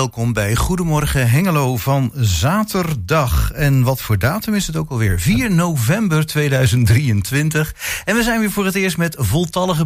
welkom bij Goedemorgen Hengelo van zaterdag. En wat voor datum is het ook alweer? 4 november 2023. En we zijn weer voor het eerst met voltallige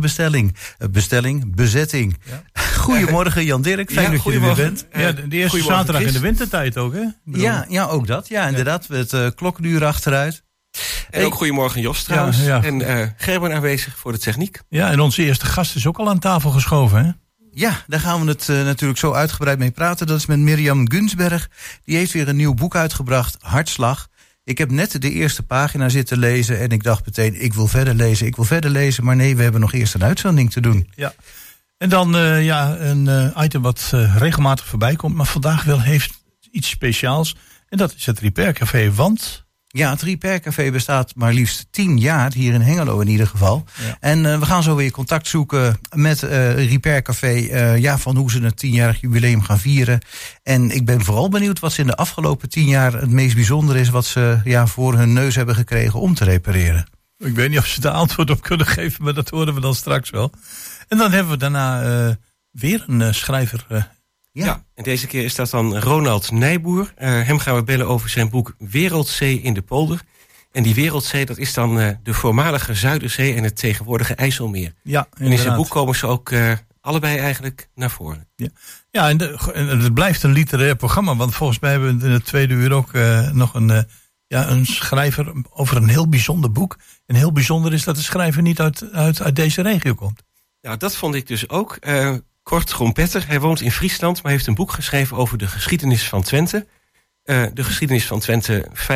bezetting. Ja. Goedemorgen Jan-Dirk, fijn dat je er weer bent. Ja, de eerste zaterdag in de wintertijd ook, hè? Ja, ook dat. Ja, inderdaad, het klokkenuur achteruit. En ook goedemorgen Jos trouwens. Ja. En Gerben aanwezig voor de techniek. Ja, en onze eerste gast is ook al aan tafel geschoven, hè? Ja, daar gaan we het natuurlijk zo uitgebreid mee praten. Dat is met Mirjam Gunsberg. Die heeft weer een nieuw boek uitgebracht, Hartslag. Ik heb net de eerste pagina zitten lezen en ik dacht meteen, ik wil verder lezen. Maar nee, we hebben nog eerst een uitzending te doen. Ja. En dan een item wat regelmatig voorbij komt, maar vandaag heeft iets speciaals. En dat is het Repair Café, want... Ja, het Repair Café bestaat maar liefst 10 jaar, hier in Hengelo in ieder geval. Ja. En we gaan zo weer contact zoeken met Repair Café, van hoe ze het 10-jarig jubileum gaan vieren. En ik ben vooral benieuwd wat ze in de afgelopen 10 jaar het meest bijzonder is, wat ze voor hun neus hebben gekregen om te repareren. Ik weet niet of ze daar antwoord op kunnen geven, maar dat horen we dan straks wel. En dan hebben we daarna weer een schrijver... Ja, en deze keer is dat dan Ronald Nijboer. Hem gaan we bellen over zijn boek Wereldzee in de Polder. En die Wereldzee, dat is dan de voormalige Zuiderzee en het tegenwoordige IJsselmeer. Ja, en in zijn boek komen ze ook allebei eigenlijk naar voren. Ja, en het blijft een literair programma. Want volgens mij hebben we in het tweede uur ook nog een schrijver over een heel bijzonder boek. En heel bijzonder is dat de schrijver niet uit deze regio komt. Nou, dat vond ik dus ook... Kort Grompetter, hij woont in Friesland, maar heeft een boek geschreven over de geschiedenis van Twente. De geschiedenis van Twente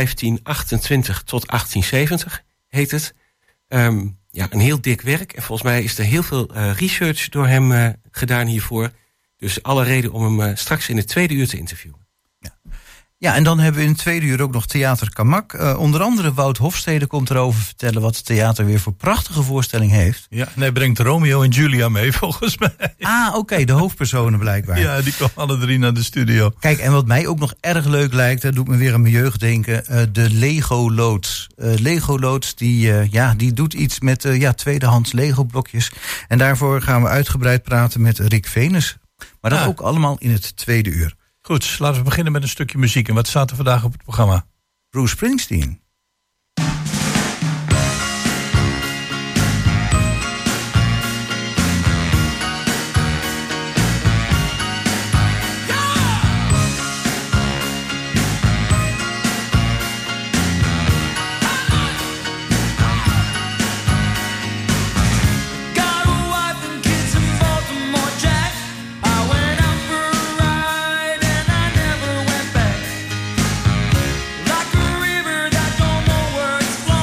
1528 tot 1870 heet het. Een heel dik werk en volgens mij is er heel veel research door hem gedaan hiervoor. Dus alle reden om hem straks in het tweede uur te interviewen. Ja, en dan hebben we in het tweede uur ook nog Theater Kamak. Onder andere Wout Hofstede komt erover vertellen wat het theater weer voor prachtige voorstelling heeft. Ja, en hij brengt Romeo en Julia mee, volgens mij. Oké, de hoofdpersonen blijkbaar. Ja, die komen alle 3 naar de studio. Kijk, en wat mij ook nog erg leuk lijkt, dat doet me weer aan mijn jeugd denken, de Lego-loods. Lego-loods, die doet iets met tweedehands Lego-blokjes. En daarvoor gaan we uitgebreid praten met Rick Venus. Maar dat ook allemaal in het tweede uur. Goed, laten we beginnen met een stukje muziek. En wat staat er vandaag op het programma? Bruce Springsteen. Like a river that don't know where it's flowing.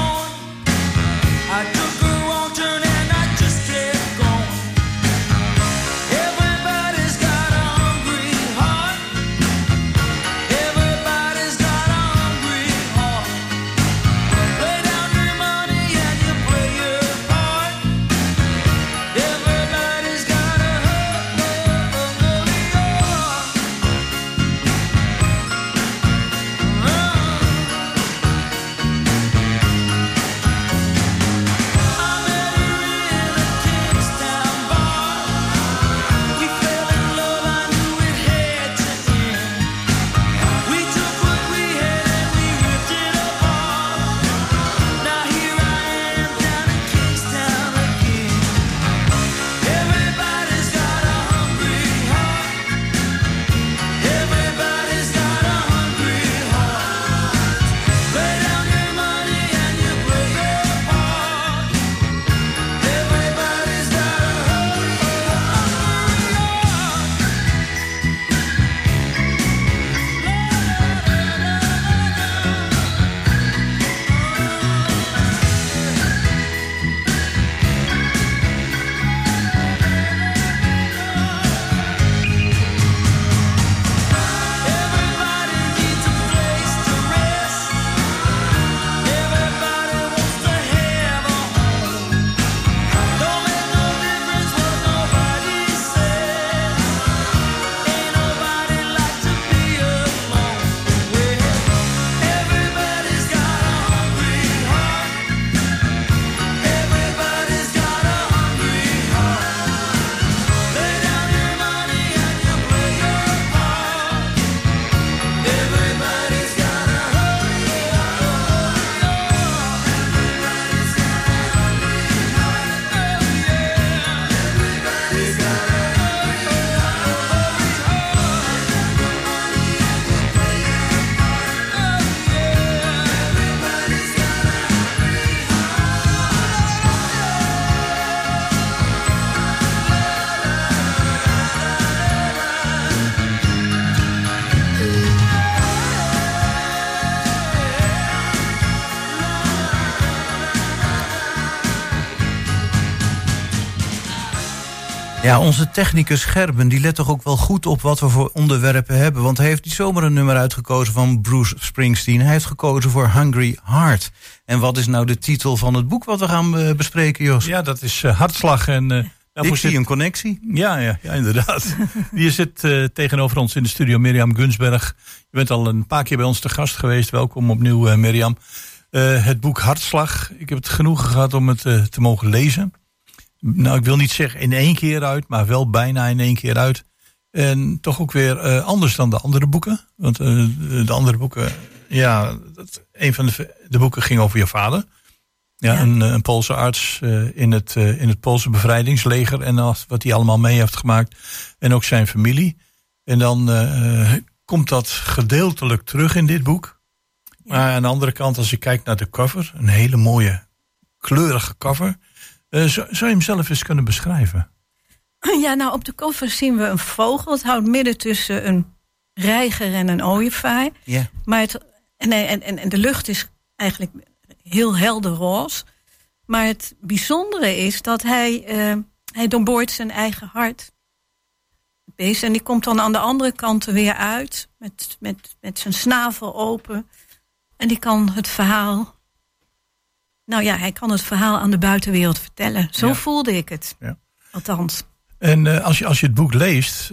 Ja, onze technicus Gerben, die let toch ook wel goed op wat we voor onderwerpen hebben. Want hij heeft niet zomaar een nummer uitgekozen van Bruce Springsteen. Hij heeft gekozen voor Hungry Heart. En wat is nou de titel van het boek wat we gaan bespreken, Jos? Ja, dat is Hartslag. En ik zie een connectie. Ja, inderdaad. Hier zit tegenover ons in de studio Mirjam Gunsberg. Je bent al een paar keer bij ons te gast geweest. Welkom opnieuw, Mirjam. Het boek Hartslag. Ik heb het genoegen gehad om het te mogen lezen. Nou, ik wil niet zeggen in 1 keer uit, maar wel bijna in 1 keer uit. En toch ook weer anders dan de andere boeken. Want de andere boeken, een van de boeken ging over je vader. Ja. Een Poolse arts in het Poolse bevrijdingsleger. En wat hij allemaal mee heeft gemaakt. En ook zijn familie. En dan komt dat gedeeltelijk terug in dit boek. Ja. Maar aan de andere kant, als je kijkt naar de cover. Een hele mooie, kleurige cover. Zou je hem zelf eens kunnen beschrijven? Ja, nou op de cover zien we een vogel. Het houdt midden tussen een reiger en een ooievaar. Yeah. Maar en de lucht is eigenlijk heel helder roze. Maar het bijzondere is dat hij doorboort zijn eigen hart. Beest. En die komt dan aan de andere kant er weer uit. Met zijn snavel open. En die kan het verhaal... Nou ja, hij kan het verhaal aan de buitenwereld vertellen. Zo voelde ik het. Ja. Althans. En als je het boek leest,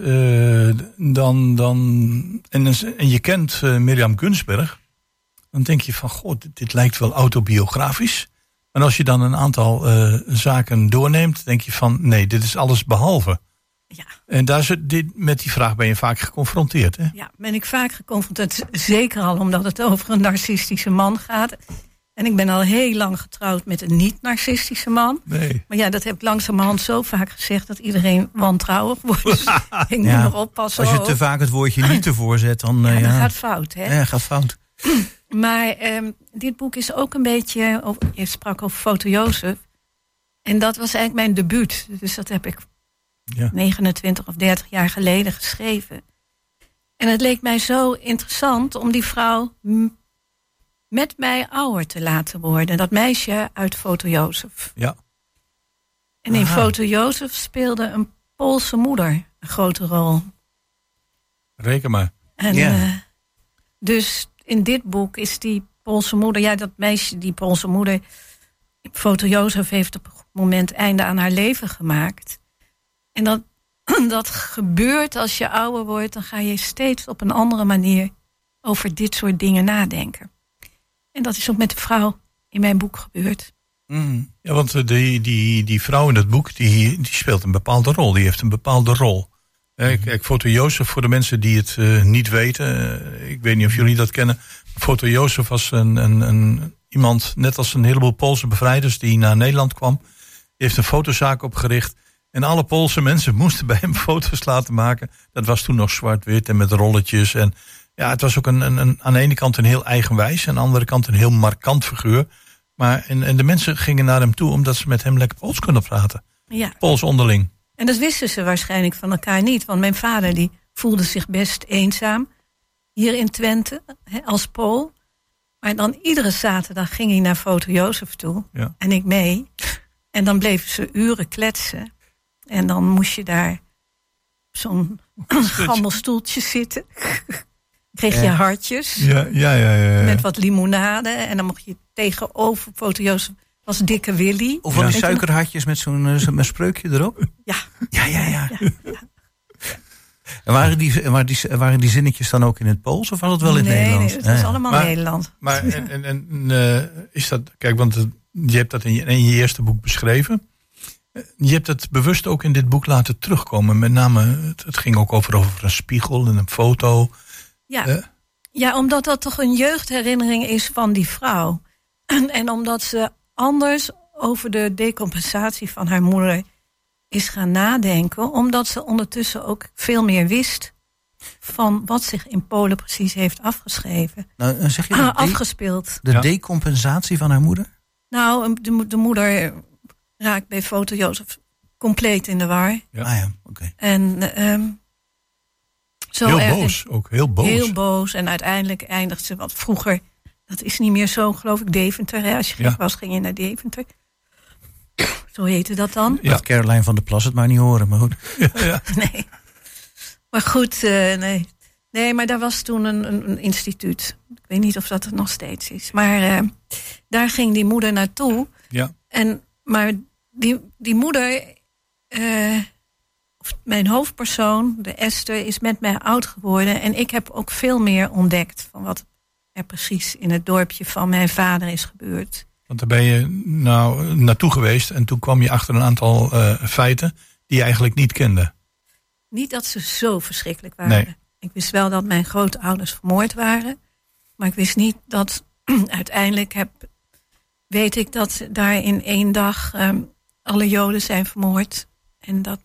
en je kent Mirjam Gunsberg, dan denk je van, goh, dit lijkt wel autobiografisch. En als je dan een aantal zaken doorneemt, denk je van, nee, dit is alles behalve. Ja. En met die vraag ben je vaak geconfronteerd, hè? Ja, ben ik vaak geconfronteerd. Zeker al omdat het over een narcistische man gaat. En ik ben al heel lang getrouwd met een niet-narcistische man. Nee. Maar ja, dat heb ik langzamerhand zo vaak gezegd dat iedereen wantrouwig wordt. Dus ik moet nog oppassen. Als je te vaak het woordje niet ervoor zet, dan... dan gaat het fout, hè? Ja, gaat fout. Maar dit boek is ook een beetje... Je sprak over Foto Jozef. En dat was eigenlijk mijn debuut. Dus dat heb ik 29 of 30 jaar geleden geschreven. En het leek mij zo interessant om die vrouw... met mij ouder te laten worden. Dat meisje uit Foto Jozef. Ja. En in Foto Jozef speelde een Poolse moeder een grote rol. Reken maar. En dus in dit boek is die Poolse moeder... Ja, dat meisje, die Poolse moeder... Foto Jozef heeft op een moment einde aan haar leven gemaakt. En dat gebeurt als je ouder wordt... dan ga je steeds op een andere manier... over dit soort dingen nadenken. En dat is ook met de vrouw in mijn boek gebeurd. Mm. Ja, want die vrouw in het boek, die speelt een bepaalde rol. Die heeft een bepaalde rol. Kijk, Foto Jozef, voor de mensen die het niet weten... ik weet niet of jullie dat kennen... Foto Jozef was een iemand, net als een heleboel Poolse bevrijders... die naar Nederland kwam. Die heeft een fotozaak opgericht... En alle Poolse mensen moesten bij hem foto's laten maken. Dat was toen nog zwart-wit en met rolletjes. En ja, het was ook aan de ene kant een heel eigenwijs... en aan de andere kant een heel markant figuur. Maar en de mensen gingen naar hem toe... omdat ze met hem lekker Pools konden praten. Ja. Pools onderling. En dat wisten ze waarschijnlijk van elkaar niet. Want mijn vader die voelde zich best eenzaam... hier in Twente, als Pool. Maar dan iedere zaterdag ging hij naar Foto Jozef toe. Ja. En ik mee. En dan bleven ze uren kletsen... En dan moest je daar op zo'n gammelstoeltje zitten. Kreeg je hartjes. Ja. Met wat limonade. En dan mocht je tegenover Foto Jozef was Dikke Willy. Of van die suikerhartjes met zo'n spreukje erop? Ja. Ja. En waren die zinnetjes dan ook in het Pools of was het wel in het Nederlands? Nee, het was allemaal Nederlands. Maar is dat... Kijk, want je hebt dat in je eerste boek beschreven... Je hebt het bewust ook in dit boek laten terugkomen. Met name, het ging ook over een spiegel en een foto. Ja, omdat dat toch een jeugdherinnering is van die vrouw. En omdat ze anders over de decompensatie van haar moeder is gaan nadenken. Omdat ze ondertussen ook veel meer wist van wat zich in Polen precies heeft afgeschreven. Nou, zeg je afgespeeld. De decompensatie van haar moeder? Nou, de moeder... raakt bij Foto Jozef compleet in de war. Ja. Oké. En heel boos, ook heel boos. Heel boos. En uiteindelijk eindigt ze wat vroeger. Dat is niet meer zo, geloof ik, Deventer. Hè? Als je gek was, ging je naar Deventer. Zo heette dat dan. Ja. Dat Caroline van der Plas het maar niet horen, maar goed. Ja. Nee. Maar goed, nee. Nee, maar daar was toen een instituut. Ik weet niet of dat er nog steeds is. Maar daar ging die moeder naartoe. Ja. Maar die moeder, mijn hoofdpersoon, de Esther, is met mij oud geworden. En ik heb ook veel meer ontdekt van wat er precies in het dorpje van mijn vader is gebeurd. Want daar ben je naartoe geweest en toen kwam je achter een aantal feiten die je eigenlijk niet kende. Niet dat ze zo verschrikkelijk waren. Nee. Ik wist wel dat mijn grootouders vermoord waren. Maar ik wist niet dat uiteindelijk weet ik dat daar in 1 dag alle Joden zijn vermoord. En dat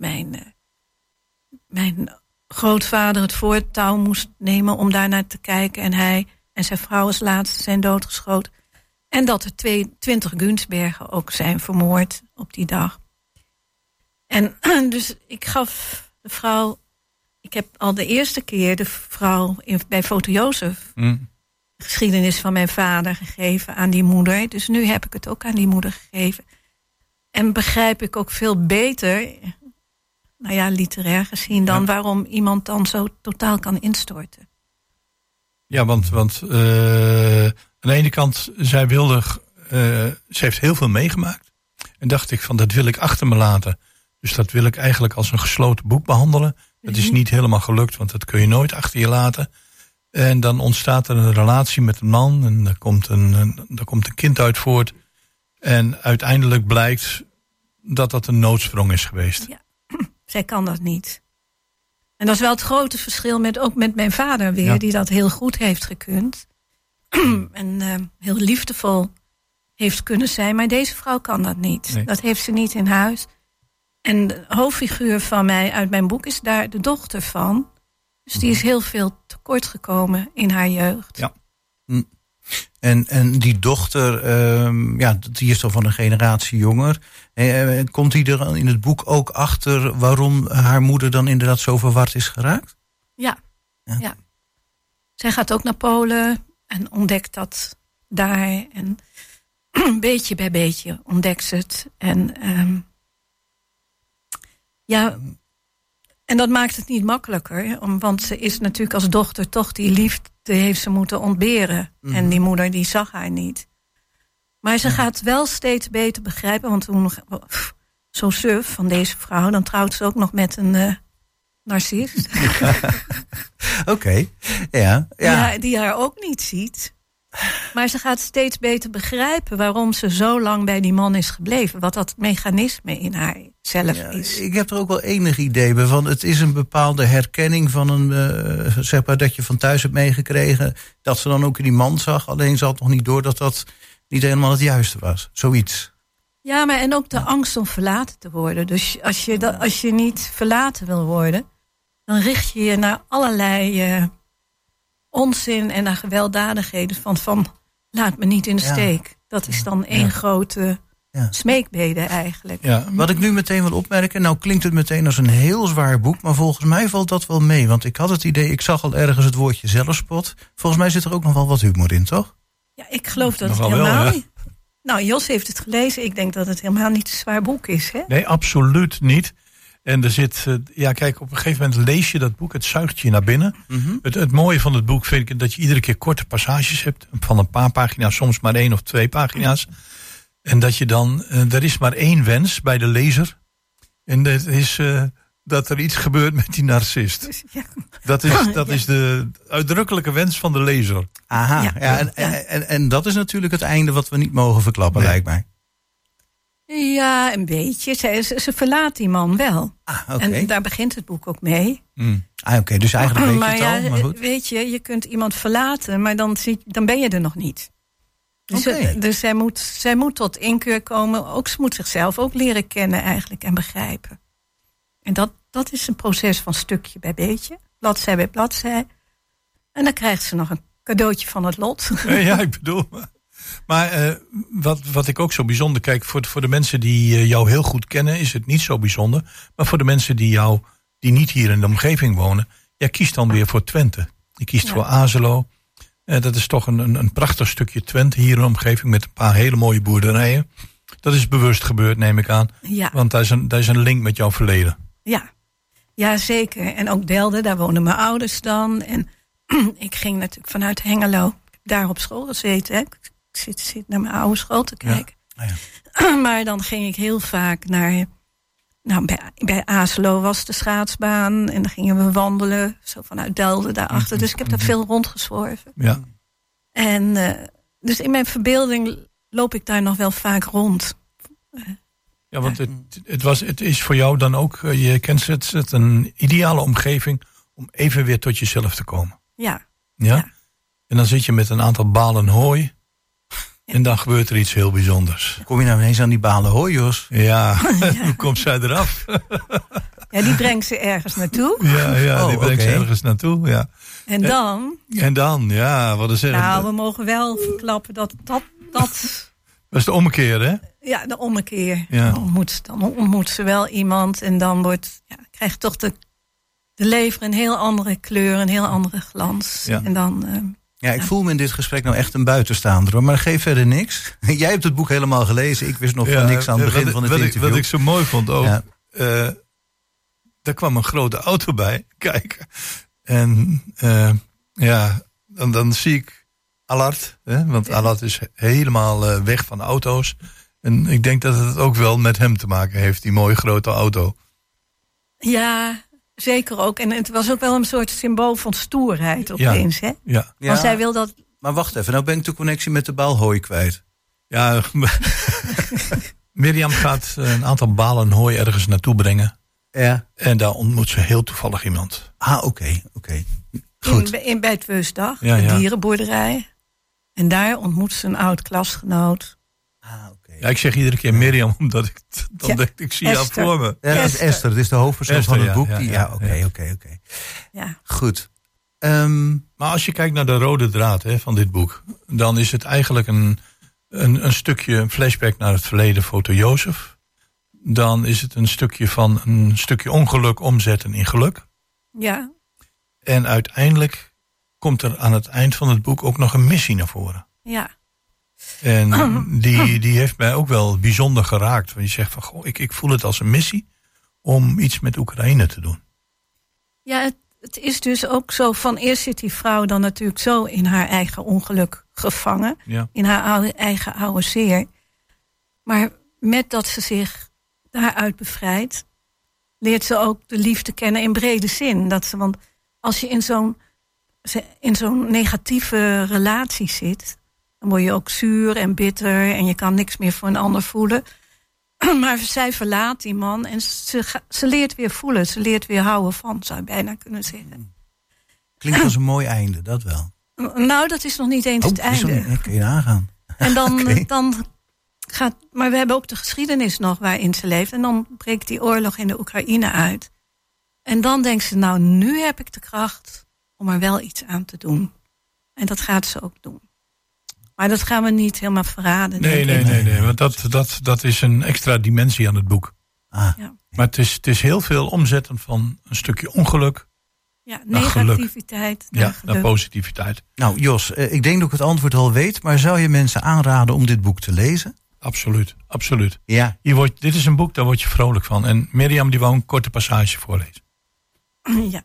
mijn grootvader het voortouw moest nemen om daarnaar te kijken. En hij en zijn vrouw als laatste zijn doodgeschoten. En dat er 20 Gunsbergen ook zijn vermoord op die dag. En dus ik gaf de vrouw... Ik heb al de eerste keer de vrouw bij Foto Jozef... de geschiedenis van mijn vader gegeven aan die moeder. Dus nu heb ik het ook aan die moeder gegeven. En begrijp ik ook veel beter... literair gezien dan waarom iemand dan zo totaal kan instorten. Ja, want aan de ene kant, ze heeft heel veel meegemaakt. En dacht ik van, dat wil ik achter me laten. Dus dat wil ik eigenlijk als een gesloten boek behandelen. Dat is niet helemaal gelukt, want dat kun je nooit achter je laten. En dan ontstaat er een relatie met een man. En daar komt een kind uit voort. En uiteindelijk blijkt dat een noodsprong is geweest. Ja, zij kan dat niet. En dat is wel het grote verschil ook met mijn vader weer. Die dat heel goed heeft gekund. En heel liefdevol heeft kunnen zijn. Maar deze vrouw kan dat niet. Nee. Dat heeft ze niet in huis. En de hoofdfiguur van mij uit mijn boek is daar de dochter van. Dus die is heel veel tekort gekomen in haar jeugd. Ja. En die dochter, die is al van een generatie jonger. Komt hij er in het boek ook achter waarom haar moeder dan inderdaad zo verward is geraakt? Ja. Zij gaat ook naar Polen en ontdekt dat daar. En beetje bij beetje ontdekt ze het. En dat maakt het niet makkelijker. Want ze is natuurlijk als dochter toch die liefde heeft ze moeten ontberen. En die moeder die zag haar niet. Maar ze gaat wel steeds beter begrijpen. Want toen zo suf van deze vrouw, dan trouwt ze ook nog met een narcist. Oké. Die haar ook niet ziet. Maar ze gaat steeds beter begrijpen waarom ze zo lang bij die man is gebleven. Wat dat mechanisme in haar zelf is. Ik heb er ook wel enig idee bij van. Het is een bepaalde herkenning van dat je van thuis hebt meegekregen. Dat ze dan ook in die man zag. Alleen ze had nog niet door dat niet helemaal het juiste was. Zoiets. Ja, maar en ook de angst om verlaten te worden. Dus als je niet verlaten wil worden, dan richt je je naar allerlei onzin en naar gewelddadigheden van laat me niet in de steek. Dat is dan één grote smeekbede eigenlijk. Ja, wat ik nu meteen wil opmerken, nou klinkt het meteen als een heel zwaar boek, maar volgens mij valt dat wel mee. Want ik had het idee, ik zag al ergens het woordje zelfspot. Volgens mij zit er ook nog wel wat humor in, toch? Ja, ik geloof dat het helemaal niet. Nou, Jos heeft het gelezen. Ik denk dat het helemaal niet een zwaar boek is, hè? Nee, absoluut niet. En er zit, kijk, op een gegeven moment lees je dat boek, het zuigt je naar binnen. Mm-hmm. Het mooie van het boek vind ik dat je iedere keer korte passages hebt. Van een paar pagina's, soms maar 1 of 2 pagina's. En dat je dan, er is maar 1 wens bij de lezer. En dat is dat er iets gebeurt met die narcist. Ja. Dat is de uitdrukkelijke wens van de lezer. Aha, en dat is natuurlijk het einde wat we niet mogen verklappen, lijkt mij. Ja, een beetje. Ze verlaat die man wel. Okay. En daar begint het boek ook mee. Oké, dus eigenlijk weet je het al. Maar goed. Weet je kunt iemand verlaten, maar dan ben je er nog niet. Dus zij moet tot inkeur komen. Ook, ze moet zichzelf ook leren kennen eigenlijk en begrijpen. En dat is een proces van stukje bij beetje. Bladzij bij bladzij. En dan krijgt ze nog een cadeautje van het lot. Ja, ik bedoel... Maar wat ik ook zo bijzonder... Kijk, voor de mensen die jou heel goed kennen... is het niet zo bijzonder. Maar voor de mensen die niet hier in de omgeving wonen... kiest dan weer voor Twente. Je kiest voor Azelo. Dat is toch een prachtig stukje Twente hier in de omgeving... met een paar hele mooie boerderijen. Dat is bewust gebeurd, neem ik aan. Ja. Want daar is een link met jouw verleden. Ja, zeker. En ook Delden, daar woonden mijn ouders dan. En ik ging natuurlijk vanuit Hengelo. Ik heb daar op school gezeten. Hè. Ik zit naar mijn oude school te kijken. Ja. Maar dan ging ik heel vaak naar... Nou, bij Aaslo was de schaatsbaan. En dan gingen we wandelen. Zo vanuit Delden daarachter. Dus ik heb daar veel rondgezworven. Ja. En dus in mijn verbeelding loop ik daar nog wel vaak rond. Ja, want het is voor jou dan ook, je kent het een ideale omgeving om even weer tot jezelf te komen. Ja. En dan zit je met een aantal balen hooi en dan gebeurt er iets heel bijzonders. Kom je nou ineens aan die balen hooi, Jos? Ja, hoe komt zij eraf? Ja, die brengt ze ergens naartoe. Ja, die brengt ze ergens naartoe, ja. En dan, ja, wat is er? Nou, we mogen wel verklappen dat... Dat is de ommekeer, hè? Ja, de ommekeer. Ja. Dan ontmoet ze wel iemand en dan krijgt toch de lever een heel andere kleur, een heel andere glans. Ja. En dan... ik voel me in dit gesprek nou echt een buitenstaander, hoor. Maar dat geeft verder niks. Jij hebt het boek helemaal gelezen. Ik wist nog van niks aan het begin van het interview. Wat ik zo mooi vond ook... daar kwam een grote auto bij kijken. En dan zie ik Allard. Want Allard is helemaal weg van auto's. En ik denk dat het ook wel met hem te maken heeft, die mooie grote auto. Ja, zeker ook. En het was ook wel een soort symbool van stoerheid opeens, hè? Ja. Want zij wil dat... Maar wacht even, nou ben ik de connectie met de baal hooi kwijt. Ja, Mirjam gaat een aantal balen hooi ergens naartoe brengen. Ja. En daar ontmoet ze heel toevallig iemand. Oké. Goed. Bij het Weusdag, de dierenboerderij. En daar ontmoet ze een oud klasgenoot. Ja, ik zeg iedere keer Mirjam, omdat ik zie jou voor me. Ja, dat is Esther, dat is de hoofdpersoon van het boek. Oké. Ja. Goed. Maar als je kijkt naar de rode draad van dit boek, dan is het eigenlijk een stukje flashback naar het verleden, foto Jozef. Dan is het een stukje ongeluk omzetten in geluk. Ja. En uiteindelijk komt er aan het eind van het boek ook nog een missie naar voren. Ja. En die heeft mij ook wel bijzonder geraakt. Want je zegt van, goh, ik voel het als een missie om iets met Oekraïne te doen. Ja, het is dus ook zo van, eerst zit die vrouw dan natuurlijk zo in haar eigen ongeluk gevangen. Ja. In haar eigen oude zeer. Maar met dat ze zich daaruit bevrijdt, leert ze ook de liefde kennen in brede zin. Want als je in zo'n negatieve relatie zit, dan word je ook zuur en bitter en je kan niks meer voor een ander voelen. Maar zij verlaat die man en ze leert weer voelen. Ze leert weer houden van, zou je bijna kunnen zeggen. Klinkt als een mooi einde, dat wel. Nou, dat is nog niet eens het einde. Dat kun je nagaan. En dan gaat... Maar we hebben ook de geschiedenis nog waarin ze leeft. En dan breekt die oorlog in de Oekraïne uit. En dan denkt ze, nou, nu heb ik de kracht om er wel iets aan te doen. En dat gaat ze ook doen. Maar dat gaan we niet helemaal verraden. Nee, want dat is een extra dimensie aan het boek. Ja. Maar het is heel veel omzetten van een stukje ongeluk. Ja, negativiteit naar positiviteit. Nou Jos, ik denk dat ik het antwoord al weet, maar zou je mensen aanraden om dit boek te lezen? Absoluut. Ja. Dit is een boek, daar word je vrolijk van. En Mirjam die wou een korte passage voorlezen. Ja.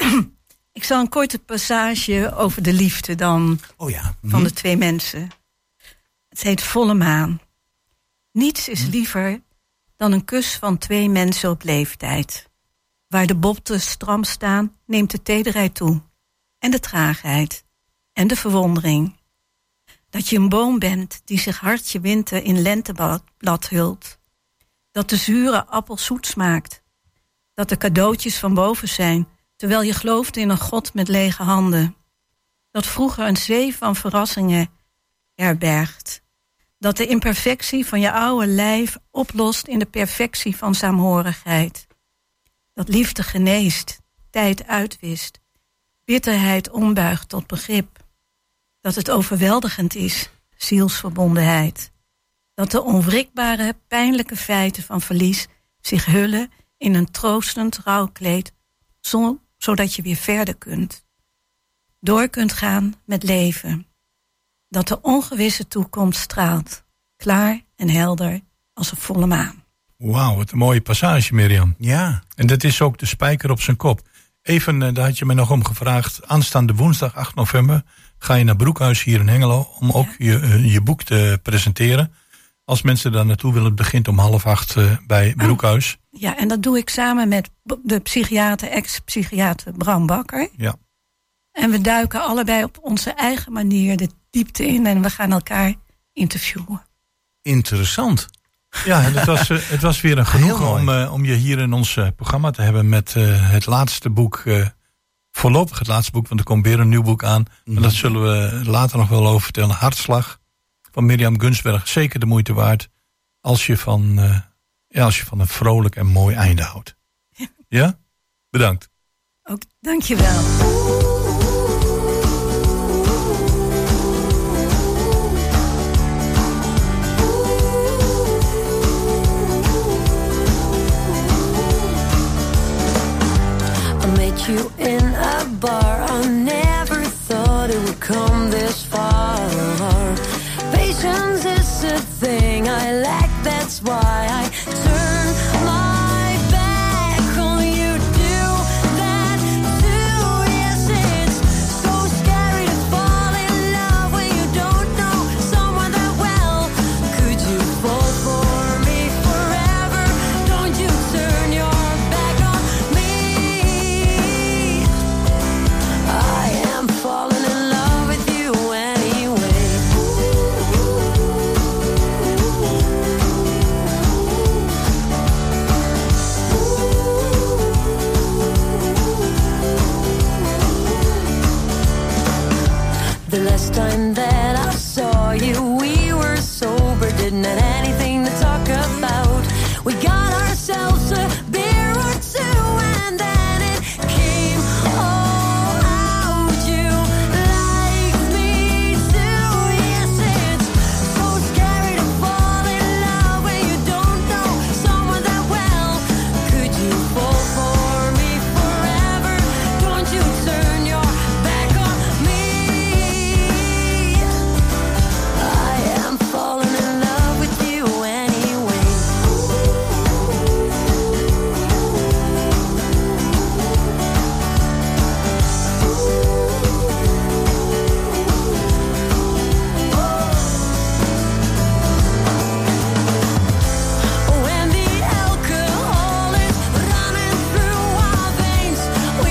Ik zal een korte passage over de liefde dan van de twee mensen. Het heet Volle Maan. Niets is liever dan een kus van twee mensen op leeftijd. Waar de botten stram staan, neemt de tederheid toe. En de traagheid. En de verwondering. Dat je een boom bent die zich hartje winter in lenteblad hult. Dat de zure appel zoet smaakt. Dat de cadeautjes van boven zijn, terwijl je gelooft in een God met lege handen. Dat vroeger een zee van verrassingen herbergt. Dat de imperfectie van je oude lijf oplost in de perfectie van saamhorigheid. Dat liefde geneest, tijd uitwist, bitterheid ombuigt tot begrip. Dat het overweldigend is, zielsverbondenheid. Dat de onwrikbare, pijnlijke feiten van verlies zich hullen in een troostend rouwkleed, zodat je weer verder kunt. Door kunt gaan met leven. Dat de ongewisse toekomst straalt, klaar en helder als een volle maan. Wauw, wat een mooie passage, Mirjam. Ja. En dat is ook de spijker op zijn kop. Even, daar had je me nog om gevraagd. Aanstaande woensdag 8 november ga je naar Broekhuis hier in Hengelo om ook je boek te presenteren. Als mensen daar naartoe willen, het begint om 7:30 bij Broekhuis. Ja, en dat doe ik samen met de ex-psychiater Bram Bakker. Ja. En we duiken allebei op onze eigen manier de diepte in en we gaan elkaar interviewen. Interessant. Ja, en het was weer een genoegen om je hier in ons programma te hebben met het laatste boek. Voorlopig het laatste boek, want er komt weer een nieuw boek aan. En dat zullen we later nog wel over vertellen. Hartslag van Mirjam Gunsberg. Zeker de moeite waard als je van een vrolijk en mooi einde houdt. Ja? Bedankt. Ook dank je wel. You in a bar, I never thought it would come this far. Patience is a thing I lack, that's why I turn my back on you. Do that too, yes, it's so scary to fall in love when you don't know someone that well. Could you fall for me forever? Don't you turn your back on me. I am falling in love with you anyway. The last time that I saw you, we were sober, didn't have anything to talk about. We got ourselves a beer or two, and then it came all out. You like me too, yes, it's so scary to fall in love when you don't know someone that well. Could you fall for me forever? Don't you turn your back on me. I am falling in love with you anyway. When the alcohol is running through our veins,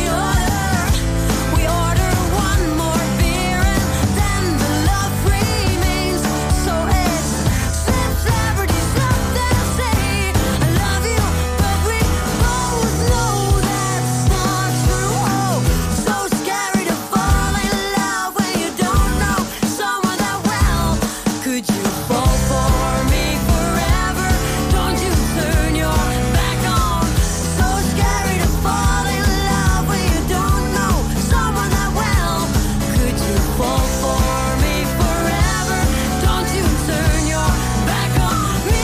we order one more beer and then the love remains. So it's celebrity something to say, I love you, but we both know that's not true. Oh, so scary to fall in love when you don't know someone that well. Could you fall for me forever? Don't you turn your back on. So scary to fall in love when you don't know someone that well. Could you fall for me forever? Don't you turn your back on me.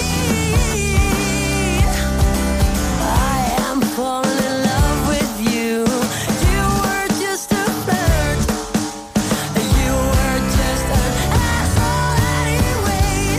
I am falling in love with you. You were just a flirt. You were just an asshole anyway.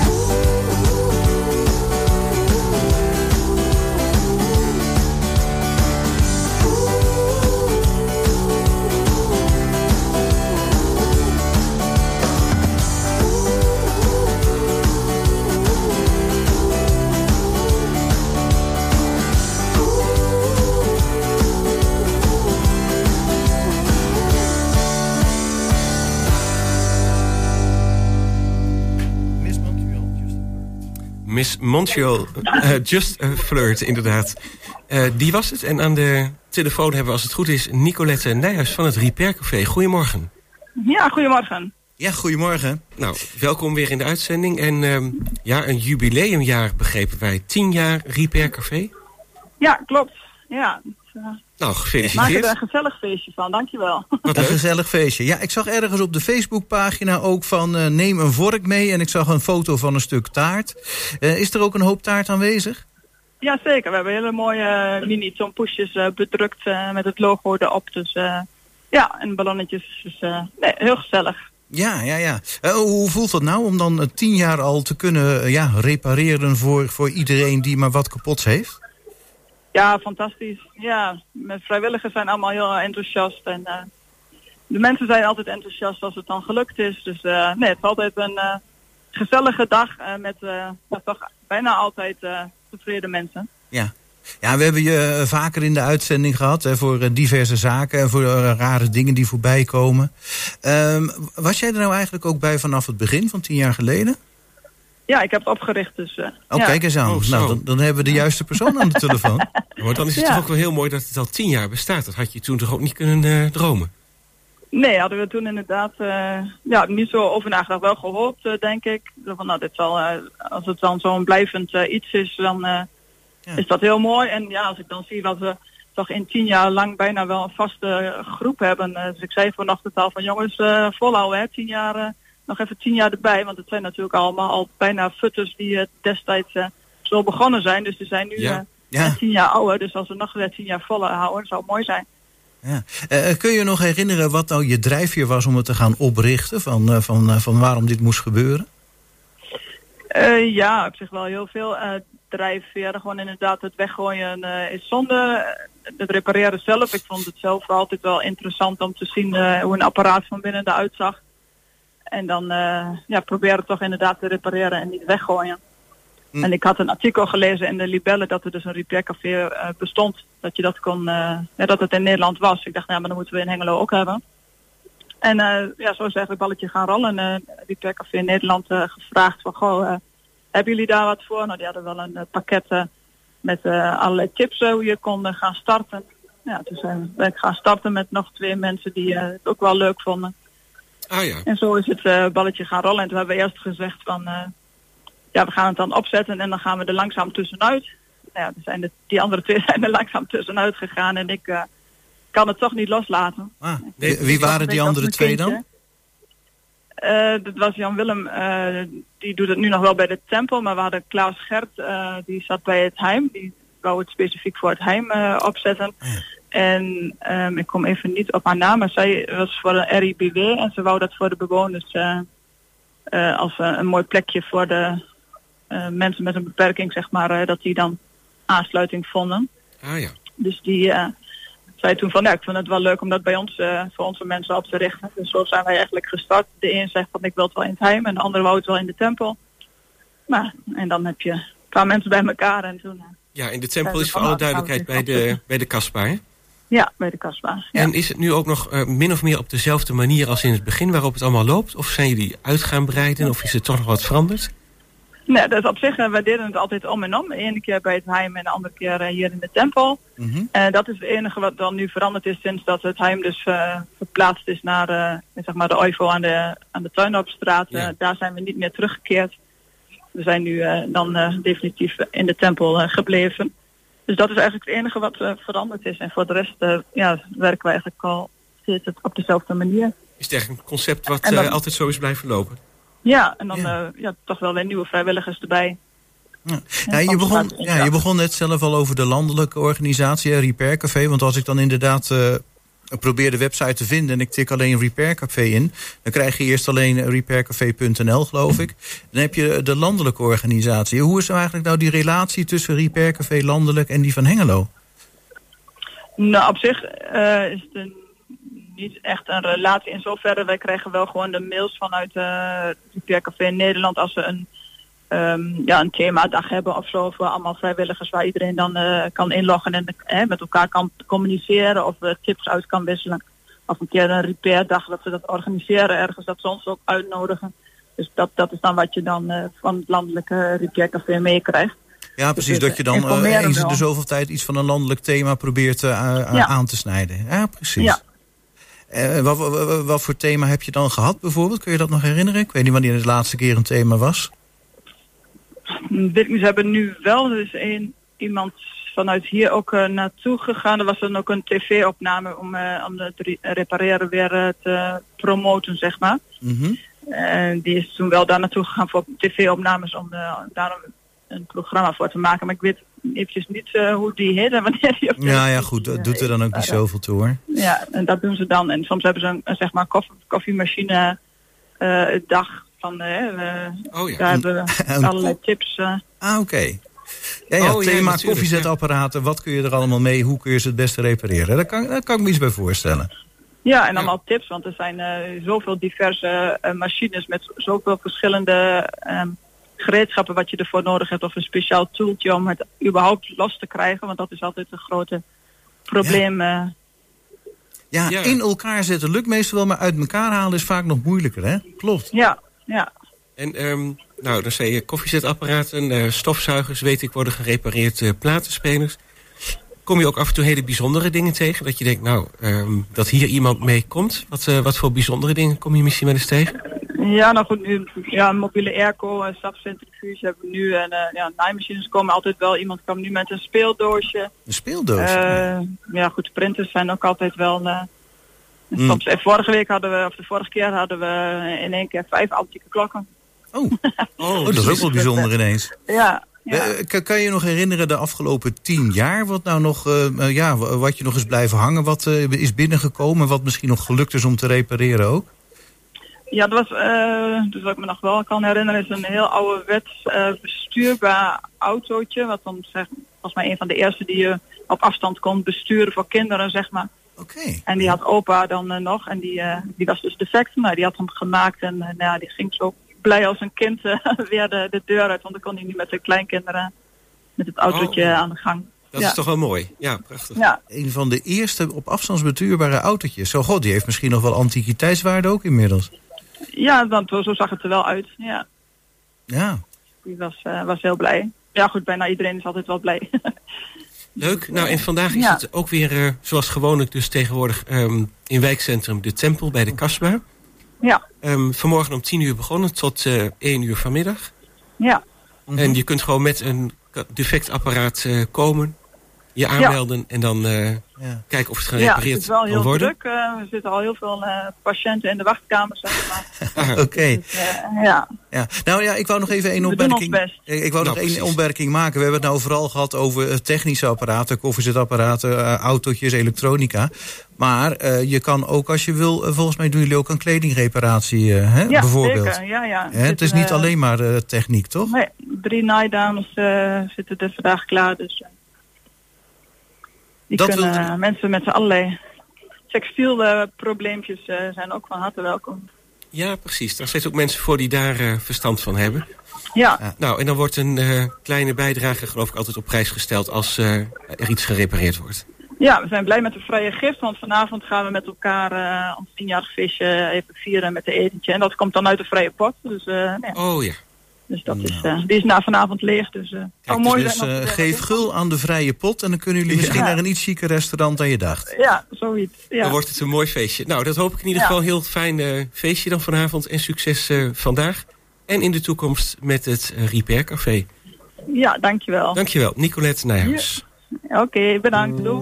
Miss Montreal, Just a Flirt, inderdaad. Die was het. En aan de telefoon hebben we, als het goed is, Nicolette Nijhuis van het Repair Café. Goedemorgen. Ja, goedemorgen. Ja, goedemorgen. Nou, welkom weer in de uitzending. En een jubileumjaar begrepen wij. 10 jaar Repair Café. Ja, klopt. Ja. Nou, Maak gefeliciteerd. er een gezellig feestje van, dankjewel. Wat Een leuk. gezellig feestje. Ja, ik zag ergens op de Facebookpagina ook van neem een vork mee. En ik zag een foto van een stuk taart. Is er ook een hoop taart aanwezig? Ja, zeker. We hebben hele mooie mini tompoesjes bedrukt met het logo erop. Dus ja, en ballonnetjes. Dus nee, heel gezellig. Ja. Hoe voelt dat nou om dan 10 jaar al te kunnen repareren voor iedereen die maar wat kapots heeft? Ja, fantastisch. Ja, met vrijwilligers zijn allemaal heel enthousiast. En de mensen zijn altijd enthousiast als het dan gelukt is. Dus het is altijd een gezellige dag met toch bijna altijd tevreden mensen. Ja. Ja, we hebben je vaker in de uitzending gehad voor diverse zaken en voor rare dingen die voorbij komen. Was jij er nou eigenlijk ook bij vanaf het begin van 10 jaar geleden? Ja, ik heb het opgericht. Dus, kijk eens aan. Nou, dan hebben we de juiste persoon aan de telefoon. Maar dan is het toch ook wel heel mooi dat het al 10 jaar bestaat. Dat had je toen toch ook niet kunnen dromen? Nee, hadden we toen inderdaad niet zo over nagedacht. Wel gehoopt, denk ik. Van, dit zal, als het dan zo'n blijvend iets is, dan is dat heel mooi. En ja, als ik dan zie wat we toch in 10 jaar lang bijna wel een vaste groep hebben. Dus ik zei vanochtend al van jongens, volhouden, 10 jaar, nog even 10 jaar erbij. Want het zijn natuurlijk allemaal al bijna futters die destijds zo begonnen zijn. Dus die zijn nu 10 jaar ouder. Dus als we nog weer 10 jaar volhouden, zou het mooi zijn. Ja. Kun je nog herinneren wat nou je drijfveer was om het te gaan oprichten? Van waarom dit moest gebeuren? Ja, op zich wel heel veel drijfveer. Gewoon inderdaad het weggooien is zonde. Het repareren zelf. Ik vond het zelf altijd wel interessant om te zien hoe een apparaat van binnen eruit zag. En dan proberen toch inderdaad te repareren en niet weggooien. En ik had een artikel gelezen in de Libelle dat er dus een repaircafé bestond. Dat je dat kon, dat het in Nederland was. Ik dacht, maar dan moeten we in Hengelo ook hebben. En zo is eigenlijk het balletje gaan rollen. Repaircafé in Nederland gevraagd van, hebben jullie daar wat voor? Nou, die hadden wel een pakket met allerlei tips hoe je kon gaan starten. Ja, toen ben ik gaan starten met nog 2 mensen die het ook wel leuk vonden. Ah ja. En zo is het balletje gaan rollen. En toen hebben we eerst gezegd van, we gaan het dan opzetten en dan gaan we er langzaam tussenuit. Nou ja, die andere 2 zijn er langzaam tussenuit gegaan en ik kan het toch niet loslaten. Wie waren die andere 2 dan? Dat was Jan Willem, die doet het nu nog wel bij de Tempel, maar we hadden Klaas Gert, die zat bij het Heim. Die wou het specifiek voor het Heim opzetten. En ik kom even niet op haar naam, maar zij was voor de RIBW en ze wou dat voor de bewoners als een mooi plekje voor de mensen met een beperking, zeg maar, dat die dan aansluiting vonden. Ah ja. Dus die zei toen van, ik vind het wel leuk om dat bij ons, voor onze mensen op te richten. Dus zo zijn wij eigenlijk gestart. De een zegt van, ik wil het wel in het Heim en de andere wou het wel in de Tempel. Maar, en dan heb je een paar mensen bij elkaar en toen... ja, in de Tempel is voor alle duidelijkheid bij de Kasbah, hè? Ja, bij de Kasbah. Ja. En is het nu ook nog min of meer op dezelfde manier als in het begin waarop het allemaal loopt? Of zijn jullie uit gaan breiden? Of is het toch nog wat veranderd? Nee, dat is op zich, wij deden het altijd om en om. De ene keer bij het Heim en de andere keer hier in de Tempel. Mm-hmm. Dat is het enige wat dan nu veranderd is sinds dat het Heim dus verplaatst is naar de OIVO aan de Tuindorpstraat. Ja. Daar zijn we niet meer teruggekeerd. We zijn nu dan definitief in de Tempel gebleven. Dus dat is eigenlijk het enige wat veranderd is. En voor de rest werken we eigenlijk al steeds op dezelfde manier. Is het eigenlijk een concept wat altijd zo is blijven lopen? Ja, en dan toch wel weer nieuwe vrijwilligers erbij. Ja, je begon net zelf al over de landelijke organisatie, Repaircafé. Want als ik dan inderdaad probeer de website te vinden en ik tik alleen Repaircafé in, dan krijg je eerst alleen repaircafé.nl, geloof ik. Dan heb je de landelijke organisatie. Hoe is nou eigenlijk nou die relatie tussen Repaircafé landelijk en die van Hengelo? Nou, op zich is het niet echt een relatie in zoverre. Wij krijgen wel gewoon de mails vanuit Repaircafé in Nederland als we een themadag hebben of zo voor allemaal vrijwilligers waar iedereen dan kan inloggen en met elkaar kan communiceren of tips uit kan wisselen. Of een keer een repairdag dat we dat organiseren ergens, dat ze ons ook uitnodigen. Dus dat is dan wat je dan van het landelijke Repaircafé meekrijgt. Ja, precies, dus, dat je dan eens in de zoveel tijd iets van een landelijk thema probeert aan te snijden. Ja, precies. Ja. Wat voor thema heb je dan gehad bijvoorbeeld? Kun je dat nog herinneren? Ik weet niet wanneer het de laatste keer een thema was. Ze hebben nu wel dus iemand vanuit hier ook naartoe gegaan. Er was dan ook een tv-opname om het repareren weer te promoten, zeg maar. Mm-hmm. Die is toen wel daar naartoe gegaan voor tv-opnames om daar een programma voor te maken. Maar ik weet eventjes niet hoe die heet en wanneer die op Ja, goed, dat doet er dan ook niet zoveel toe, hoor. Ja, en dat doen ze dan. En soms hebben ze een koffiemachine dag. Daar hebben we allerlei tips. Oké. Ja, thema koffiezetapparaten. Wat kun je er allemaal mee? Hoe kun je ze het beste repareren? Daar kan ik me iets bij voorstellen. Ja, en allemaal tips. Want er zijn zoveel diverse machines met zoveel verschillende gereedschappen wat je ervoor nodig hebt. Of een speciaal toeltje om het überhaupt los te krijgen. Want dat is altijd een grote probleem. Ja, in elkaar zetten lukt meestal wel, maar uit elkaar halen is vaak nog moeilijker, hè? Klopt. Ja. En dan zei je koffiezetapparaten, stofzuigers, weet ik, worden gerepareerd, platenspelers. Kom je ook af en toe hele bijzondere dingen tegen? Dat je denkt, dat hier iemand mee komt. Wat voor bijzondere dingen kom je misschien wel eens tegen? Ja, nou goed, nu, een mobiele airco, een stapcentrifuge hebben we nu. En naaimachines komen altijd wel. Iemand kwam nu met een speeldoosje. Een speeldoosje? Ja goed, printers zijn ook altijd wel... Soms, de vorige keer hadden we in één keer 5 antieke klokken. Dat is ook wel bijzonder ineens. Ja. Kan je je nog herinneren de afgelopen 10 jaar... wat nou nog, wat je nog is blijven hangen, wat is binnengekomen... wat misschien nog gelukt is om te repareren ook? Ja, dat was, dus wat ik me nog wel kan herinneren... is een heel ouderwets bestuurbaar autootje... wat dan volgens mij een van de eerste die je op afstand kon besturen voor kinderen, zeg maar. Okay. En die had opa dan nog en die was dus defect, maar die had hem gemaakt en die ging zo blij als een kind weer de deur uit, want dan kon hij nu met zijn kleinkinderen met het autootje aan de gang. Dat is toch wel mooi. Ja, prachtig. Ja. Een van de eerste op afstandsbestuurbare autootjes. Die heeft misschien nog wel antiquiteitswaarde ook inmiddels. Ja, zo zag het er wel uit. Ja. Die was heel blij. Ja goed, bijna iedereen is altijd wel blij. Leuk. Nou, en vandaag is het ook weer, zoals gewoonlijk dus tegenwoordig... in wijkcentrum De Tempel bij de Kasbah. Ja. Vanmorgen om 10 uur begonnen tot 1 uur vanmiddag. Ja. En je kunt gewoon met een defect apparaat komen, je aanmelden en dan kijken of het gerepareerd kan worden. Ja, het is wel heel druk. Er zitten al heel veel patiënten in de wachtkamer, zeg maar. Oké. Ja. Nou ja, ik wou nog even één opmerking. Ik wou nog één opmerking maken. We hebben het nou vooral gehad over technische apparaten, koffiezetapparaten, autootjes, elektronica. Maar je kan ook, als je wil, volgens mij doen jullie ook een kledingreparatie, bijvoorbeeld. Zeker. Ja. Het is niet alleen maar techniek, toch? Nee, 3 naaidames zitten er vandaag klaar, dus... mensen met allerlei textielprobleempjes zijn ook van harte welkom. Ja, precies. Daar zitten ook mensen voor die daar verstand van hebben. Ja. Nou, en dan wordt een kleine bijdrage geloof ik altijd op prijs gesteld als er iets gerepareerd wordt. Ja, we zijn blij met de vrije gift, want vanavond gaan we met elkaar ons 10-jarig feestje even vieren met een etentje. En dat komt dan uit de vrije pot. Dus, Oh ja. Dus dat is, die is na vanavond leeg. Dus, mooi dus geef gul aan de vrije pot en dan kunnen jullie misschien naar een iets chiquer restaurant dan je dacht. Ja, zoiets. Ja. Dan wordt het een mooi feestje. Nou, dat hoop ik in ieder geval een heel fijn feestje dan vanavond. En succes vandaag en in de toekomst met het Repair Café. Ja, dankjewel. Dankjewel, Nicolette Nijhuis. Ja. Oké, bedankt. Doei.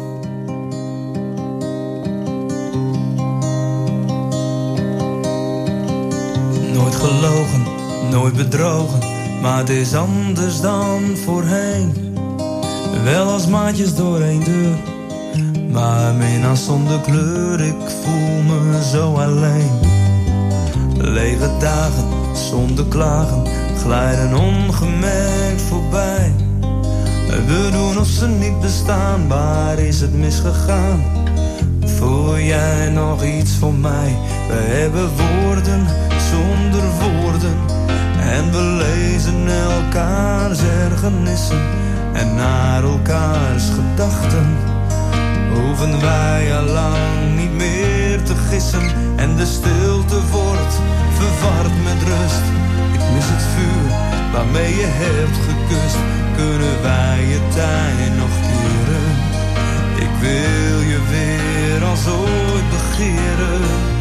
Nooit gelogen, nooit bedrogen, maar het is anders dan voorheen. Wel als maatjes door één deur, maar mina zonder kleur, ik voel me zo alleen. Lege dagen, zonder klagen, glijden ongemerkt voorbij. We doen of ze niet bestaan, waar is het misgegaan? Voel jij nog iets voor mij? We hebben woorden zonder woorden en we lezen elkaars ergernissen en naar elkaars gedachten. Hoeven wij al lang niet meer te gissen en de stilte wordt verward met rust. Ik mis het vuur waarmee je hebt gekust. Kunnen wij je tijd nog keren? Ik wil je weer als ooit begeren.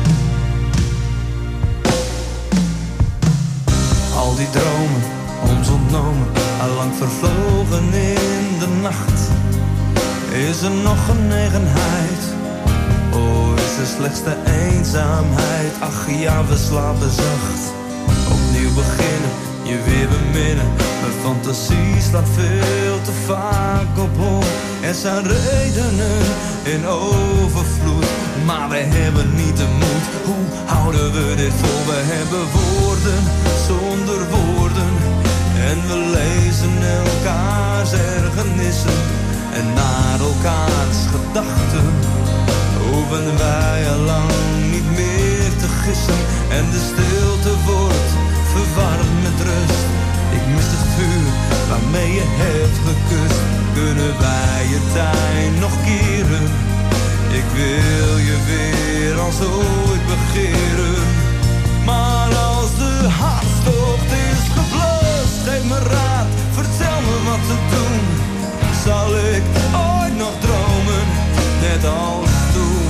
Al die dromen, ons ontnomen, allang vervlogen in de nacht. Is er nog genegenheid? Oh, is er slechts de eenzaamheid? Ach ja, we slapen zacht. Opnieuw beginnen, je weer beminnen. Mijn fantasie slaat veel te vaak op hol. Er zijn redenen in overvloed, maar we hebben niet de moed. Hoe houden we dit vol? We hebben woorden zonder woorden. En we lezen elkaars ergernissen en naar elkaars gedachten. Hoeven wij al lang niet meer te gissen. En de stilte wordt verwarmd met rust. Ik mis het vuur waarmee je hebt gekust. Kunnen wij je tuin nog keren? Ik wil je weer als ooit begeren. Maar als de hartstocht is geblust, geef me raad, vertel me wat te doen. Zal ik ooit nog dromen, net als toen?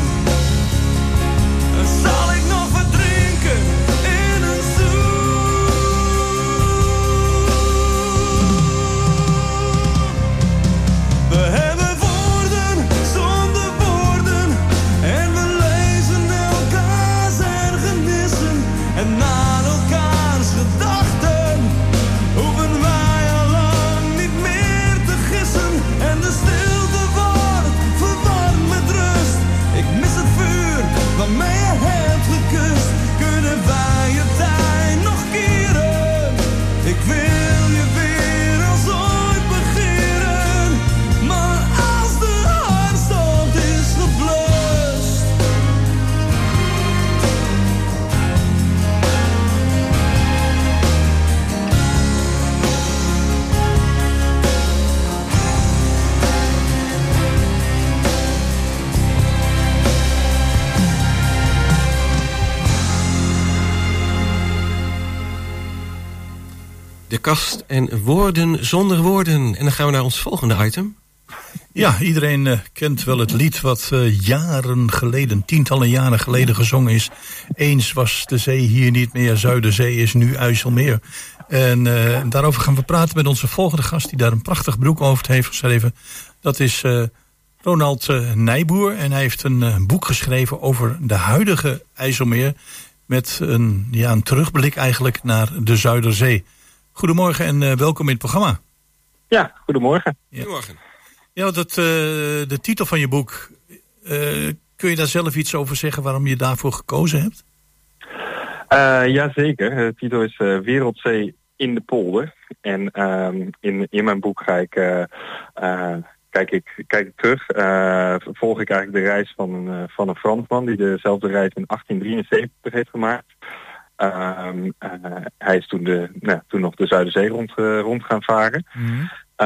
Zal ik nog verdrinken in een zoen? We hebben woorden zonder woorden. En we lezen elkaars ergernissen en naar elkaars gedachten. Hoeven wij al lang niet meer te gissen. En de stilte wordt verwarmd met rust. Ik mis het vuur waarmee je hebt gekust. Kunnen wij je tuin nog keren? Ik wil je weer als ooit begeren. Maar als de hartstocht is geblust. De kast en woorden zonder woorden. En dan gaan we naar ons volgende item. Ja, iedereen kent wel het lied wat jaren geleden, tientallen jaren geleden gezongen is. Eens was de zee hier niet meer, Zuiderzee is nu IJsselmeer. En daarover gaan we praten met onze volgende gast die daar een prachtig boek over heeft geschreven. Dat is Ronald Nijboer en hij heeft een boek geschreven over de huidige IJsselmeer. Met een terugblik eigenlijk naar de Zuiderzee. Goedemorgen en welkom in het programma. Ja, goedemorgen. Goedemorgen. Ja, de titel van je boek, kun je daar zelf iets over zeggen waarom je daarvoor gekozen hebt? Jazeker. De titel is Wereldzee in de polder. En in mijn boek ga ik, kijk ik terug. Volg ik eigenlijk de reis van een Fransman die dezelfde reis in 1873 heeft gemaakt. Hij is toen nog de Zuiderzee rond gaan varen. Mm-hmm.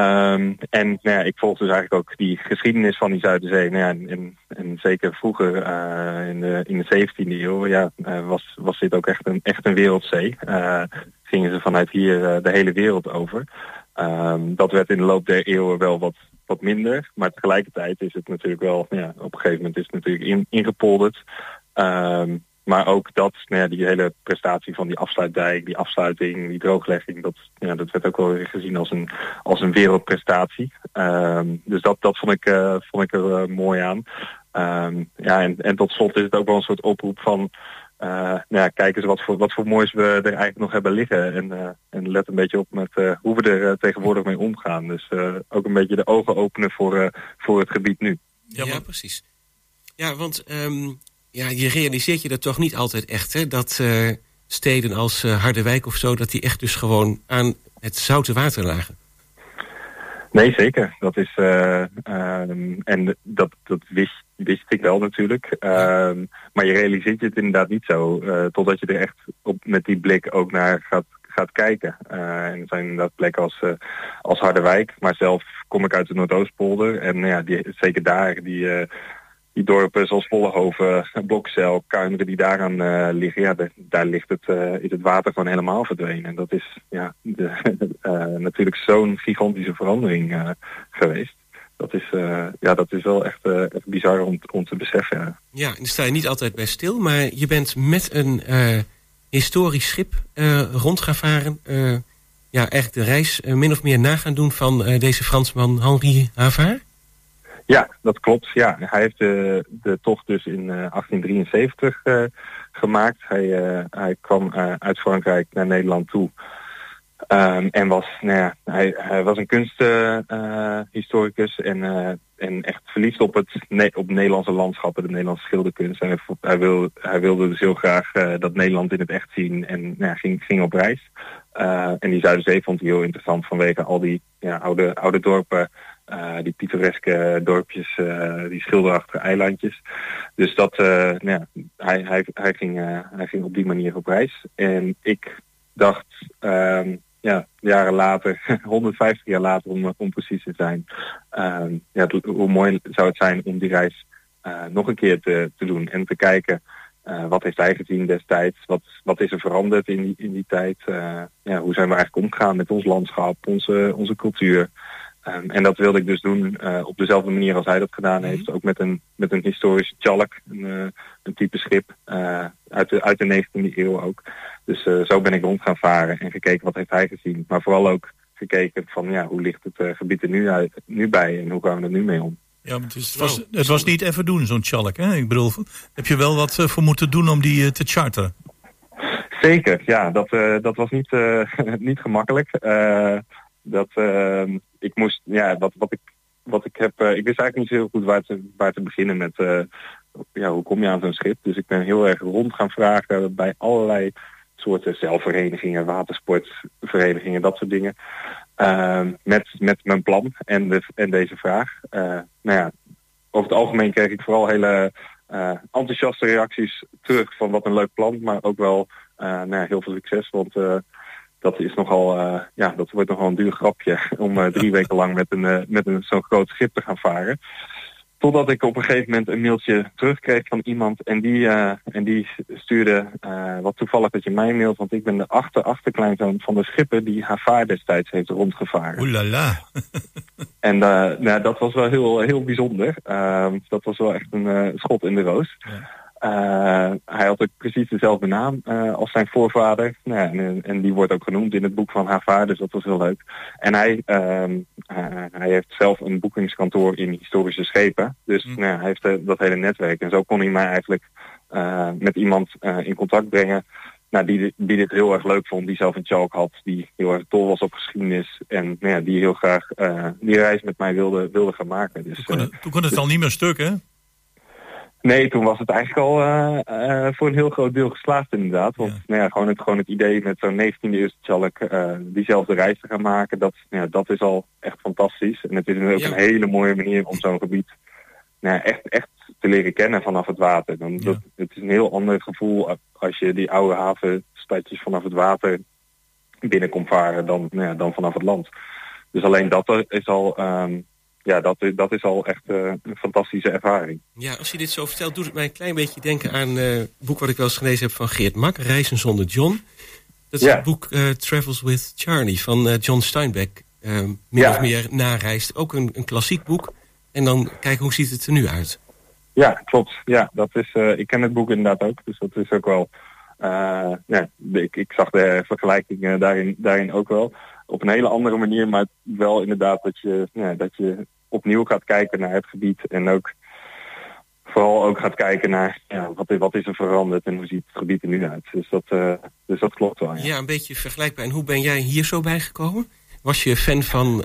En ik volg dus eigenlijk ook die geschiedenis van die Zuiderzee. En zeker vroeger in de 17e eeuw was dit ook echt een wereldzee. Gingen ze vanuit hier de hele wereld over. Dat werd in de loop der eeuwen wel wat minder. Maar tegelijkertijd is het natuurlijk wel, op een gegeven moment is het natuurlijk ingepolderd. Maar ook die hele prestatie van die afsluitdijk, die afsluiting, die drooglegging, dat werd ook wel weer gezien als een wereldprestatie. Dus dat vond ik er mooi aan. En tot slot is het ook wel een soort oproep van, kijk eens wat voor moois we er eigenlijk nog hebben liggen. En let een beetje op met hoe we er tegenwoordig mee omgaan. Dus ook een beetje de ogen openen voor het gebied nu. Ja, precies. Ja, want je realiseert je dat toch niet altijd echt, hè? Dat steden als Harderwijk of zo, dat die echt dus gewoon aan het zoute water lagen. Nee, zeker. Dat is en dat wist ik wel natuurlijk. Maar je realiseert je het inderdaad niet zo, totdat je er echt met die blik ook naar gaat kijken. En er zijn inderdaad plekken als Harderwijk, maar zelf kom ik uit de Noordoostpolder en zeker daar die dorpen zoals Vollenhoven, Blokzeil, Kuinderen die daaraan liggen, daar ligt is het water gewoon helemaal verdwenen. En dat is natuurlijk zo'n gigantische verandering geweest. Dat is wel echt bizar om te beseffen. Ja. Ja, en daar sta je niet altijd bij stil, maar je bent met een historisch schip rond gaan varen. Echt de reis min of meer na gaan doen van deze Fransman Henri Havard. Ja, dat klopt. Ja, hij heeft de tocht dus in 1873 gemaakt. Hij kwam uit Frankrijk naar Nederland toe. En was, hij was een kunsthistoricus en echt verliefd op het Nederlandse landschap en de Nederlandse schilderkunst. En hij wilde dus heel graag dat Nederland in het echt zien en ging op reis. En die Zuiderzee vond hij heel interessant vanwege al die oude dorpen, die pittoreske dorpjes, die schilderachtige eilandjes. Dus dat, hij ging op die manier op reis. En ik dacht, jaren later, 150 jaar later om precies te zijn, hoe mooi zou het zijn om die reis nog een keer te doen en te kijken. Wat heeft hij gezien destijds? Wat is er veranderd in die tijd? Hoe zijn we eigenlijk omgegaan met ons landschap, onze cultuur? En dat wilde ik dus doen op dezelfde manier als hij dat gedaan heeft. Ook met een historische tjalk, een type schip uit de 19e eeuw ook. Dus zo ben ik rond gaan varen en gekeken wat heeft hij gezien. Maar vooral ook gekeken van hoe ligt het gebied er nu bij en hoe gaan we er nu mee om. Ja, maar het was niet even doen, zo'n tjalk, hè? Ik bedoel, heb je wel wat voor moeten doen om die te charteren? Zeker, ja. Dat was niet gemakkelijk. Ik moest, wat ik heb... ik wist eigenlijk niet zo heel goed waar te beginnen met... hoe kom je aan zo'n schip? Dus ik ben heel erg rond gaan vragen bij allerlei soorten zeilverenigingen, watersportverenigingen, dat soort dingen. Met mijn plan en deze vraag. Over het algemeen kreeg ik vooral hele enthousiaste reacties terug van wat een leuk plan, maar ook wel heel veel succes, want dat is nogal, dat wordt nogal een duur grapje om 3 weken lang met zo'n groot schip te gaan varen. Totdat ik op een gegeven moment een mailtje terugkreeg van iemand en die stuurde wat toevallig dat je mij mailt, want ik ben de achterkleinzoon van de schipper die haar vaar destijds heeft rondgevaren. Oelala. En dat was wel heel, heel bijzonder. Dat was wel echt een schot in de roos. Ja. Hij had ook precies dezelfde naam als zijn voorvader. En die wordt ook genoemd in het boek van haar vader, dus dat was heel leuk. En hij heeft zelf een boekingskantoor in historische schepen. Dus hij heeft dat hele netwerk. En zo kon hij mij eigenlijk met iemand in contact brengen die dit heel erg leuk vond, die zelf een tjalk had, die heel erg dol was op geschiedenis en die heel graag die reis met mij wilde gaan maken. Dus, toen kon het al niet meer stuk, hè? Nee, toen was het eigenlijk al voor een heel groot deel geslaagd inderdaad. Want gewoon het idee met zo'n 19e eeuwse tjalk diezelfde reis te gaan maken, dat is al echt fantastisch. En het is ook een hele mooie manier om zo'n gebied echt te leren kennen vanaf het water. Het is een heel ander gevoel als je die oude havenstadjes vanaf het water binnenkomt varen dan vanaf het land. Dus alleen dat is al... dat is al echt een fantastische ervaring. Ja, als je dit zo vertelt, doet het mij een klein beetje denken aan een boek wat ik wel eens gelezen heb van Geert Mak, Reizen zonder John. Dat is het boek Travels with Charlie van John Steinbeck. Min of meer nareist. Ook een klassiek boek. En dan kijken hoe ziet het er nu uit. Ja, klopt. Ja, dat is, ik ken het boek inderdaad ook. Dus dat is ook wel... ik zag de vergelijking daarin ook wel. Op een hele andere manier, maar wel inderdaad dat je opnieuw gaat kijken naar het gebied. En ook vooral ook gaat kijken naar wat is er veranderd en hoe ziet het gebied er nu uit. Dus dat klopt wel. Ja, een beetje vergelijkbaar. En hoe ben jij hier zo bijgekomen? Was je fan van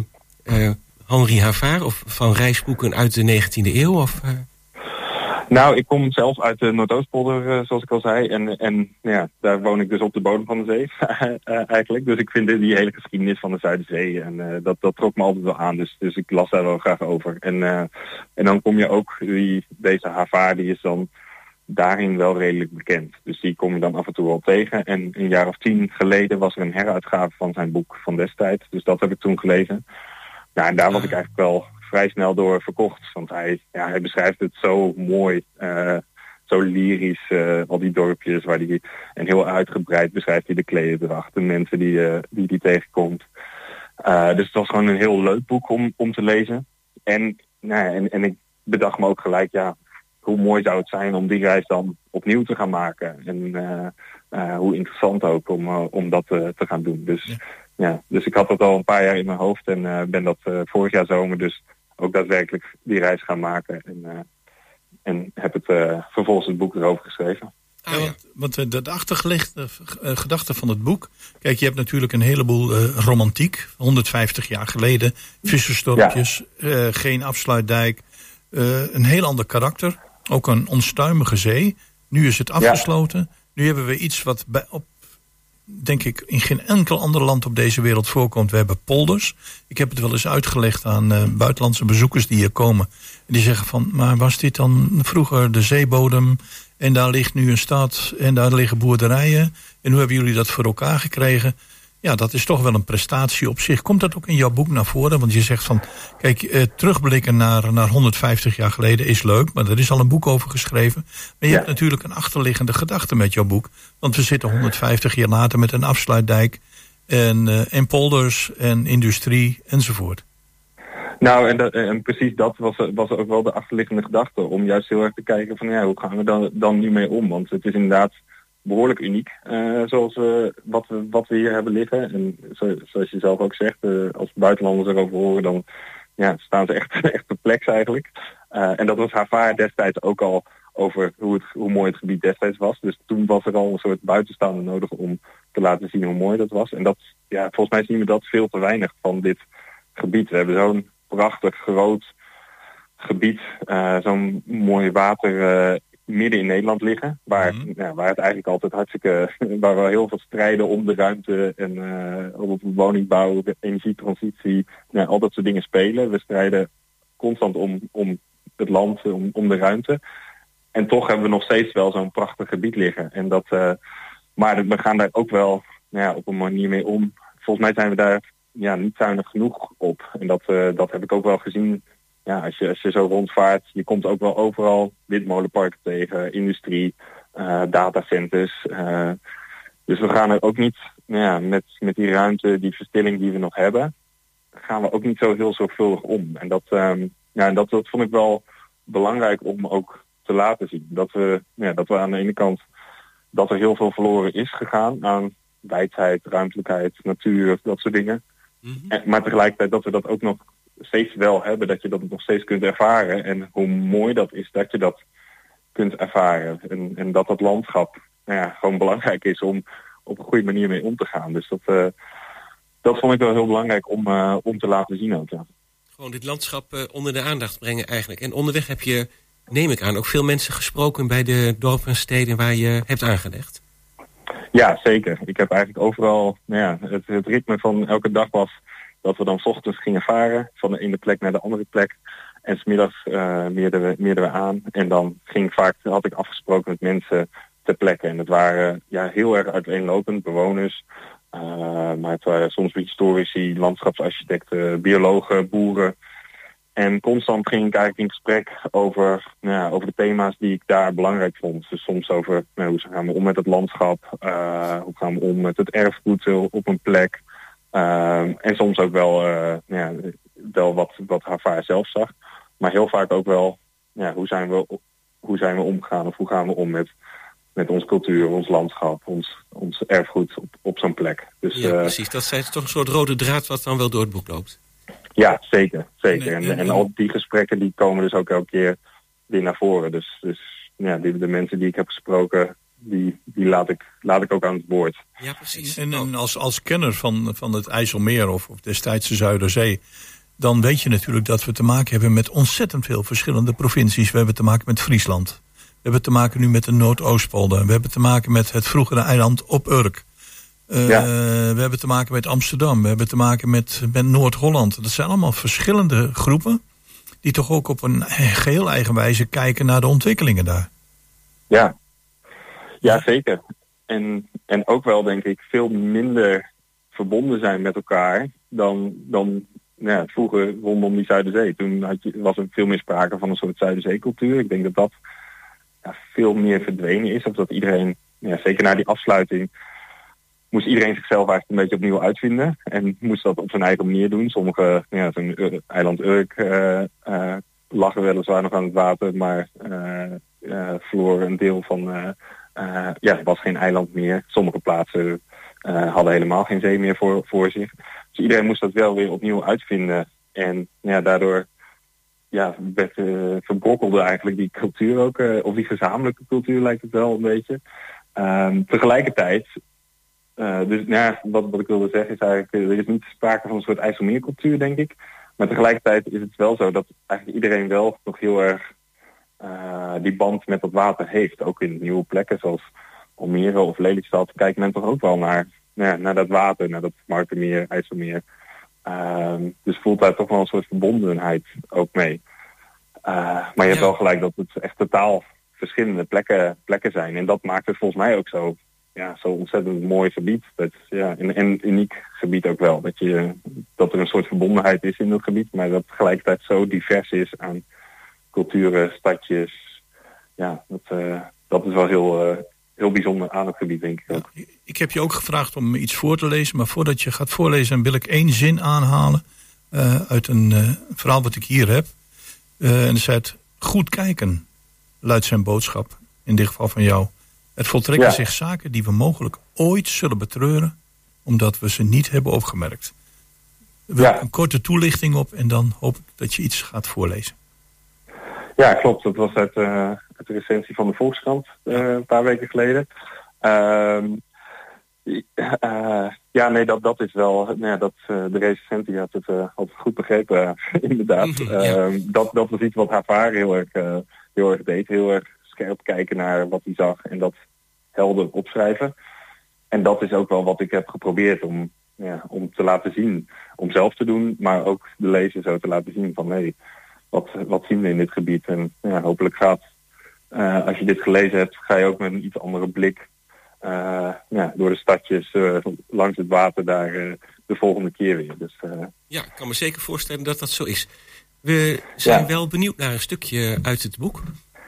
Henri Havard of van reisboeken uit de 19e eeuw? Of, Nou, ik kom zelf uit de Noordoostpolder, zoals ik al zei. En daar woon ik dus op de bodem van de zee, eigenlijk. Dus ik vind die hele geschiedenis van de Zuiderzee. En dat trok me altijd wel aan. Dus ik las daar wel graag over. En dan kom je ook, deze Havard, die is dan daarin wel redelijk bekend. Dus die kom je dan af en toe wel tegen. En een jaar of 10 geleden was er een heruitgave van zijn boek van destijds. Dus dat heb ik toen gelezen. Nou, en daar was ik eigenlijk wel vrij snel door verkocht. Want hij beschrijft het zo mooi, zo lyrisch, al die dorpjes waar die, en heel uitgebreid beschrijft hij de klederdracht, de mensen die tegenkomt. Dus het was gewoon een heel leuk boek om te lezen. En ik bedacht me ook gelijk, hoe mooi zou het zijn om die reis dan opnieuw te gaan maken. En hoe interessant ook om dat te gaan doen. Dus, dus ik had dat al een paar jaar in mijn hoofd en ben dat vorig jaar zomer dus ook daadwerkelijk die reis gaan maken. En heb vervolgens het boek erover geschreven. Want de achtergelegde gedachte van het boek... Kijk, je hebt natuurlijk een heleboel romantiek. 150 jaar geleden. Vissersdorpjes, geen afsluitdijk. Een heel ander karakter. Ook een onstuimige zee. Nu is het afgesloten. Ja. Nu hebben we iets wat denk ik in geen enkel ander land op deze wereld voorkomt. We hebben polders. Ik heb het wel eens uitgelegd aan buitenlandse bezoekers die hier komen. En die zeggen van, maar was dit dan vroeger de zeebodem... en daar ligt nu een stad en daar liggen boerderijen... en hoe hebben jullie dat voor elkaar gekregen? Ja, dat is toch wel een prestatie op zich. Komt dat ook in jouw boek naar voren? Want je zegt van, kijk, terugblikken naar 150 jaar geleden is leuk... maar er is al een boek over geschreven. Maar je hebt natuurlijk een achterliggende gedachte met jouw boek. Want we zitten 150 jaar later met een afsluitdijk... en polders en industrie enzovoort. Nou, en precies dat was ook wel de achterliggende gedachte. Om juist heel erg te kijken van, ja, hoe gaan we dan nu mee om? Want het is inderdaad... behoorlijk uniek, zoals wat we hier hebben liggen. En zoals je zelf ook zegt, als buitenlanders erover horen, dan staan ze echt perplex eigenlijk. En dat was haar vaar destijds ook al over hoe mooi het gebied destijds was. Dus toen was er al een soort buitenstaander nodig om te laten zien hoe mooi dat was. En dat, volgens mij zien we dat veel te weinig van dit gebied. We hebben zo'n prachtig groot gebied, zo'n mooi water... midden in Nederland liggen, waar het eigenlijk altijd hartstikke... waar we heel veel strijden om de ruimte en op woningbouw, de energietransitie, al dat soort dingen spelen. We strijden constant om het land, om de ruimte. En toch hebben we nog steeds wel zo'n prachtig gebied liggen. En dat, maar we gaan daar ook wel op een manier mee om. Volgens mij zijn we daar niet zuinig genoeg op. En dat heb ik ook wel gezien... Ja, als je zo rondvaart, je komt ook wel overal windmolenparken tegen, industrie, datacenters. Dus we gaan er ook niet, met die ruimte, die verstilling die we nog hebben, gaan we ook niet zo heel zorgvuldig om. En dat vond ik wel belangrijk om ook te laten zien. Dat we aan de ene kant, dat er heel veel verloren is gegaan aan wijdheid, ruimtelijkheid, natuur, dat soort dingen. Mm-hmm. Maar tegelijkertijd dat we dat ook nog steeds wel hebben, dat je dat nog steeds kunt ervaren. En hoe mooi dat is dat je dat kunt ervaren. En dat landschap gewoon belangrijk is om op een goede manier mee om te gaan. Dus dat vond ik wel heel belangrijk om te laten zien ook. Ja. Gewoon dit landschap onder de aandacht brengen eigenlijk. En onderweg heb je, neem ik aan, ook veel mensen gesproken bij de dorpen en steden waar je hebt aangelegd. Ja, zeker. Ik heb eigenlijk overal, het ritme van elke dag was dat we dan 's ochtends gingen varen van de ene plek naar de andere plek. En 's middags meerden we aan. En dan had ik afgesproken met mensen ter plekke. En het waren heel erg uiteenlopend, bewoners. Maar het waren soms historici, landschapsarchitecten, biologen, boeren. En constant ging ik eigenlijk in gesprek over de thema's die ik daar belangrijk vond. Dus soms over hoe gaan we om met het landschap, hoe gaan we om met het erfgoed op een plek. En soms ook wel wat haar vaar zelf zag. Maar heel vaak ook wel, hoe zijn we omgegaan of hoe gaan we om met onze cultuur, ons landschap, ons erfgoed op zo'n plek. Dus, precies. Dat is toch een soort rode draad wat dan wel door het boek loopt. Ja, zeker. En al die gesprekken die komen dus ook elke keer weer naar voren. Dus de mensen die ik heb gesproken, die laat ik ook aan het woord. Ja, precies. En als kenner van het IJsselmeer of destijds de Zuiderzee, dan weet je natuurlijk dat we te maken hebben met ontzettend veel verschillende provincies. We hebben te maken met Friesland. We hebben te maken nu met de Noordoostpolder. We hebben te maken met het vroegere eiland op Urk. We hebben te maken met Amsterdam. We hebben te maken met Noord-Holland. Dat zijn allemaal verschillende groepen die toch ook op een geheel eigen wijze kijken naar de ontwikkelingen daar. Ja, zeker. En ook wel, denk ik, veel minder verbonden zijn met elkaar dan vroeger rondom die Zuiderzee. Toen was er veel meer sprake van een soort Zuiderzeecultuur. Ik denk dat veel meer verdwenen is. Of dat iedereen, zeker na die afsluiting, moest iedereen zichzelf eigenlijk een beetje opnieuw uitvinden. En moest dat op zijn eigen manier doen. Sommigen, zo'n eiland Urk, lagen weliswaar nog aan het water, maar verloren een deel van... het was geen eiland meer. Sommige plaatsen hadden helemaal geen zee meer voor zich. Dus iedereen moest dat wel weer opnieuw uitvinden. En daardoor verbrokkelde eigenlijk die cultuur ook, of die gezamenlijke cultuur lijkt het wel een beetje. Tegelijkertijd, wat ik wilde zeggen is eigenlijk, er is niet sprake van een soort IJsselmeercultuur, denk ik. Maar tegelijkertijd is het wel zo dat eigenlijk iedereen wel nog heel erg die band met dat water heeft. Ook in nieuwe plekken zoals Almere of Lelystad kijkt men toch ook wel naar dat water, naar dat Markermeer, IJsselmeer. Dus voelt daar toch wel een soort verbondenheid ook mee. Maar je hebt wel gelijk dat het echt totaal verschillende plekken zijn. En dat maakt het volgens mij ook zo ontzettend mooi gebied. Een uniek gebied ook wel. Dat er een soort verbondenheid is in het gebied, maar dat tegelijkertijd zo divers is aan culturen, stadjes. Ja, dat is wel heel bijzonder aan het gebied, denk ik ook. Ja, ik heb je ook gevraagd om iets voor te lezen, maar voordat je gaat voorlezen wil ik 1 zin aanhalen uit een verhaal wat ik hier heb. En er staat: goed kijken, luidt zijn boodschap, in dit geval van jou. Het voltrekken zich zaken die we mogelijk ooit zullen betreuren, omdat we ze niet hebben opgemerkt. Een korte toelichting op en dan hoop ik dat je iets gaat voorlezen. Ja, klopt. Dat was uit de recensie van de Volkskrant een paar weken geleden. Dat is wel. De recensent die had het goed begrepen, inderdaad. Dat was iets wat haar vader heel erg deed. Heel erg scherp kijken naar wat hij zag en dat helder opschrijven. En dat is ook wel wat ik heb geprobeerd om te laten zien. Om zelf te doen, maar ook de lezer zo te laten zien van wat zien we in dit gebied. En hopelijk als je dit gelezen hebt, ga je ook met een iets andere blik door de stadjes langs het water daar de volgende keer weer. Dus, ja, ik kan me zeker voorstellen dat dat zo is. We zijn wel benieuwd naar een stukje uit het boek.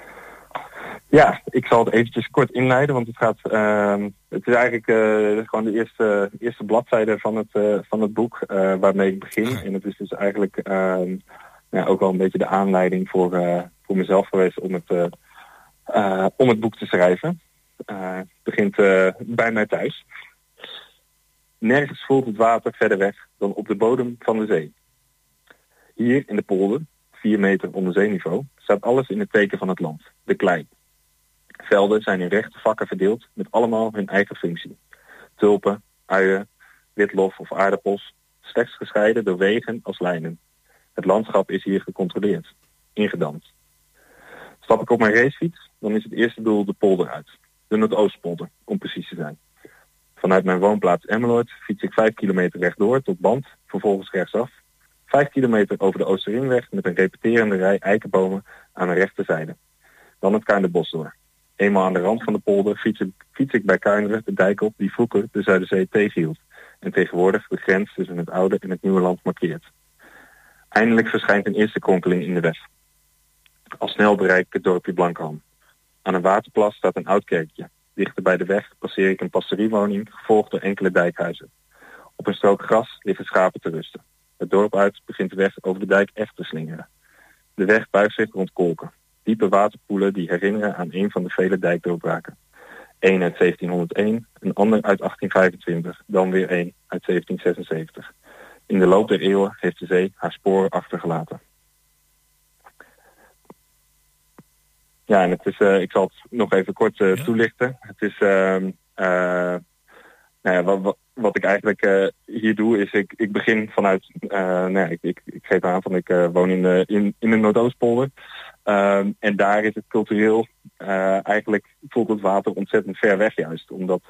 Ja, ik zal het eventjes kort inleiden, want het is eigenlijk gewoon de eerste bladzijde van het boek waarmee ik begin. En het is dus eigenlijk ook wel een beetje de aanleiding voor mezelf geweest om het boek te schrijven. Het begint bij mij thuis. Nergens voelt het water verder weg dan op de bodem van de zee. Hier in de polder, 4 meter onder zeeniveau, staat alles in het teken van het land, de klei. Velden zijn in rechte vakken verdeeld met allemaal hun eigen functie. Tulpen, uien, witlof of aardappels, slechts gescheiden door wegen als lijnen. Het landschap is hier gecontroleerd, ingedampt. Stap ik op mijn racefiets, dan is het eerste doel de polder uit. De Noordoostpolder, om precies te zijn. Vanuit mijn woonplaats Emmeloord fiets ik 5 kilometer rechtdoor tot Band, vervolgens rechtsaf. 5 kilometer over de Oosterringweg met een repeterende rij eikenbomen aan de rechterzijde. Dan het Kuinderbos door. Eenmaal aan de rand van de polder fiets ik bij Kuinderen de dijk op die vroeger de Zuiderzee tegenhield en tegenwoordig de grens tussen het oude en het nieuwe land markeert. Eindelijk verschijnt een eerste kronkeling in de weg. Al snel bereik ik het dorpje Blankenham. Aan een waterplas staat een oud kerkje. Dichter bij de weg passeer ik een pastoriewoning, gevolgd door enkele dijkhuizen. Op een strook gras liggen schapen te rusten. Het dorp uit begint de weg over de dijk echt te slingeren. De weg buigt zich rond kolken. Diepe waterpoelen die herinneren aan een van de vele dijkdoorbraken. Eén uit 1701, een ander uit 1825, dan weer één uit 1776. In de loop der eeuwen heeft de zee haar sporen achtergelaten. Ja, en het is, ik zal het nog even kort toelichten. Het is, wat ik eigenlijk hier doe, is ik begin vanuit, ik geef aan van ik woon in de Noordoostpolder. En daar is het cultureel, eigenlijk voelt het water ontzettend ver weg juist. Omdat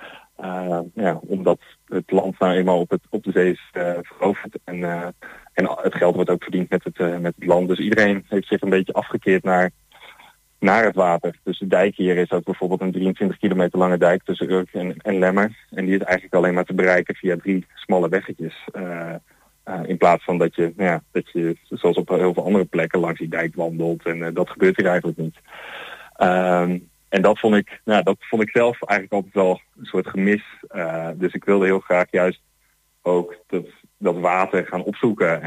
het land nou eenmaal op de zee is veroverd. En het geld wordt ook verdiend met het land. Dus iedereen heeft zich een beetje afgekeerd naar het water. Dus de dijk hier is ook bijvoorbeeld een 23 kilometer lange dijk tussen Urk en Lemmer. En die is eigenlijk alleen maar te bereiken via 3 smalle weggetjes. In plaats van dat je zoals op heel veel andere plekken langs die dijk wandelt. En dat gebeurt hier eigenlijk niet. En dat vond ik zelf eigenlijk altijd wel een soort gemis. Dus ik wilde heel graag juist ook dat water gaan opzoeken.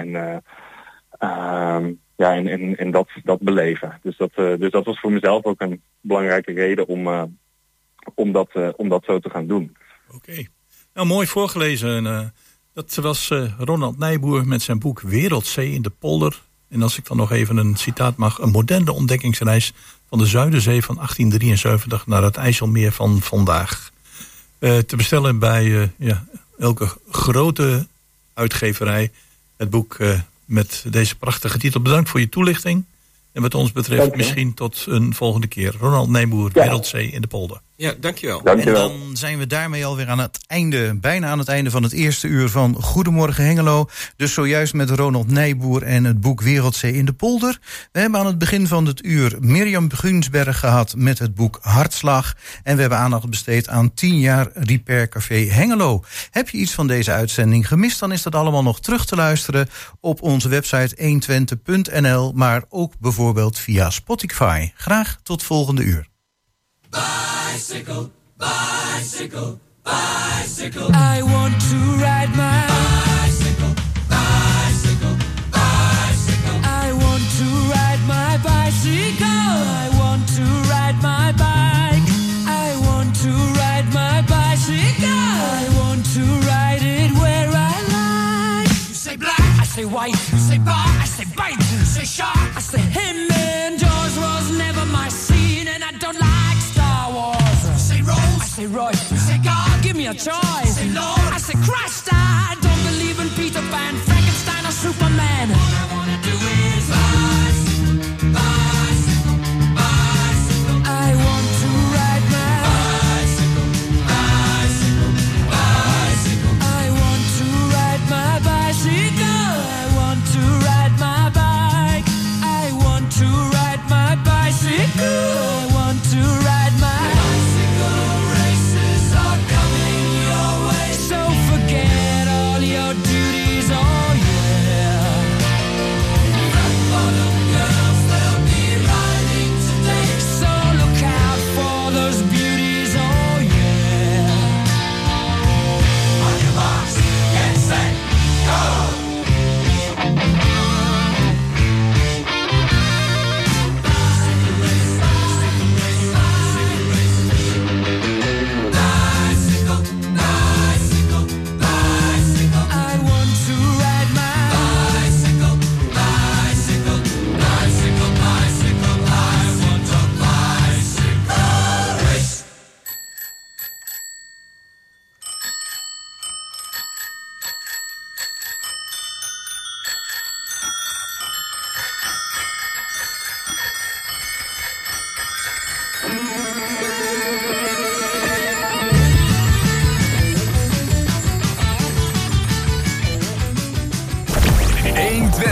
En dat beleven. Dus dat was voor mezelf ook een belangrijke reden om dat zo te gaan doen. Oké. Nou, mooi voorgelezen. Dat was Ronald Nijboer met zijn boek Wereldzee in de polder. En als ik dan nog even een citaat mag. Een moderne ontdekkingsreis van de Zuiderzee van 1873 naar het IJsselmeer van vandaag. Te bestellen bij elke grote uitgeverij. Het boek met deze prachtige titel. Bedankt voor je toelichting. En wat ons betreft misschien tot een volgende keer. Ronald Nijboer, Wereldzee in de Polder. Ja, dankjewel. En dan zijn we daarmee alweer aan het einde, bijna aan het einde van het eerste uur van Goedemorgen Hengelo. Dus zojuist met Ronald Nijboer en het boek Wereldzee in de Polder. We hebben aan het begin van het uur Mirjam Gunsberg gehad met het boek Hartslag. En we hebben aandacht besteed aan 10 jaar Repair Café Hengelo. Heb je iets van deze uitzending gemist, dan is dat allemaal nog terug te luisteren op onze website 120.nl, maar ook bijvoorbeeld via Spotify. Graag tot volgende uur. Bicycle, bicycle, bicycle. I want to ride my bicycle, bicycle, bicycle. I want to ride my bicycle. I want to ride my bike. I want to ride my bicycle. I want to ride it where I like. You say black, I say white. You say bar, I say bite. You say shark, I say him. And Jaws was never my scene, and I don't like Star Wars. You say Rose, I say Royce. You say God, give me a choice. You say Lord, I say Christ.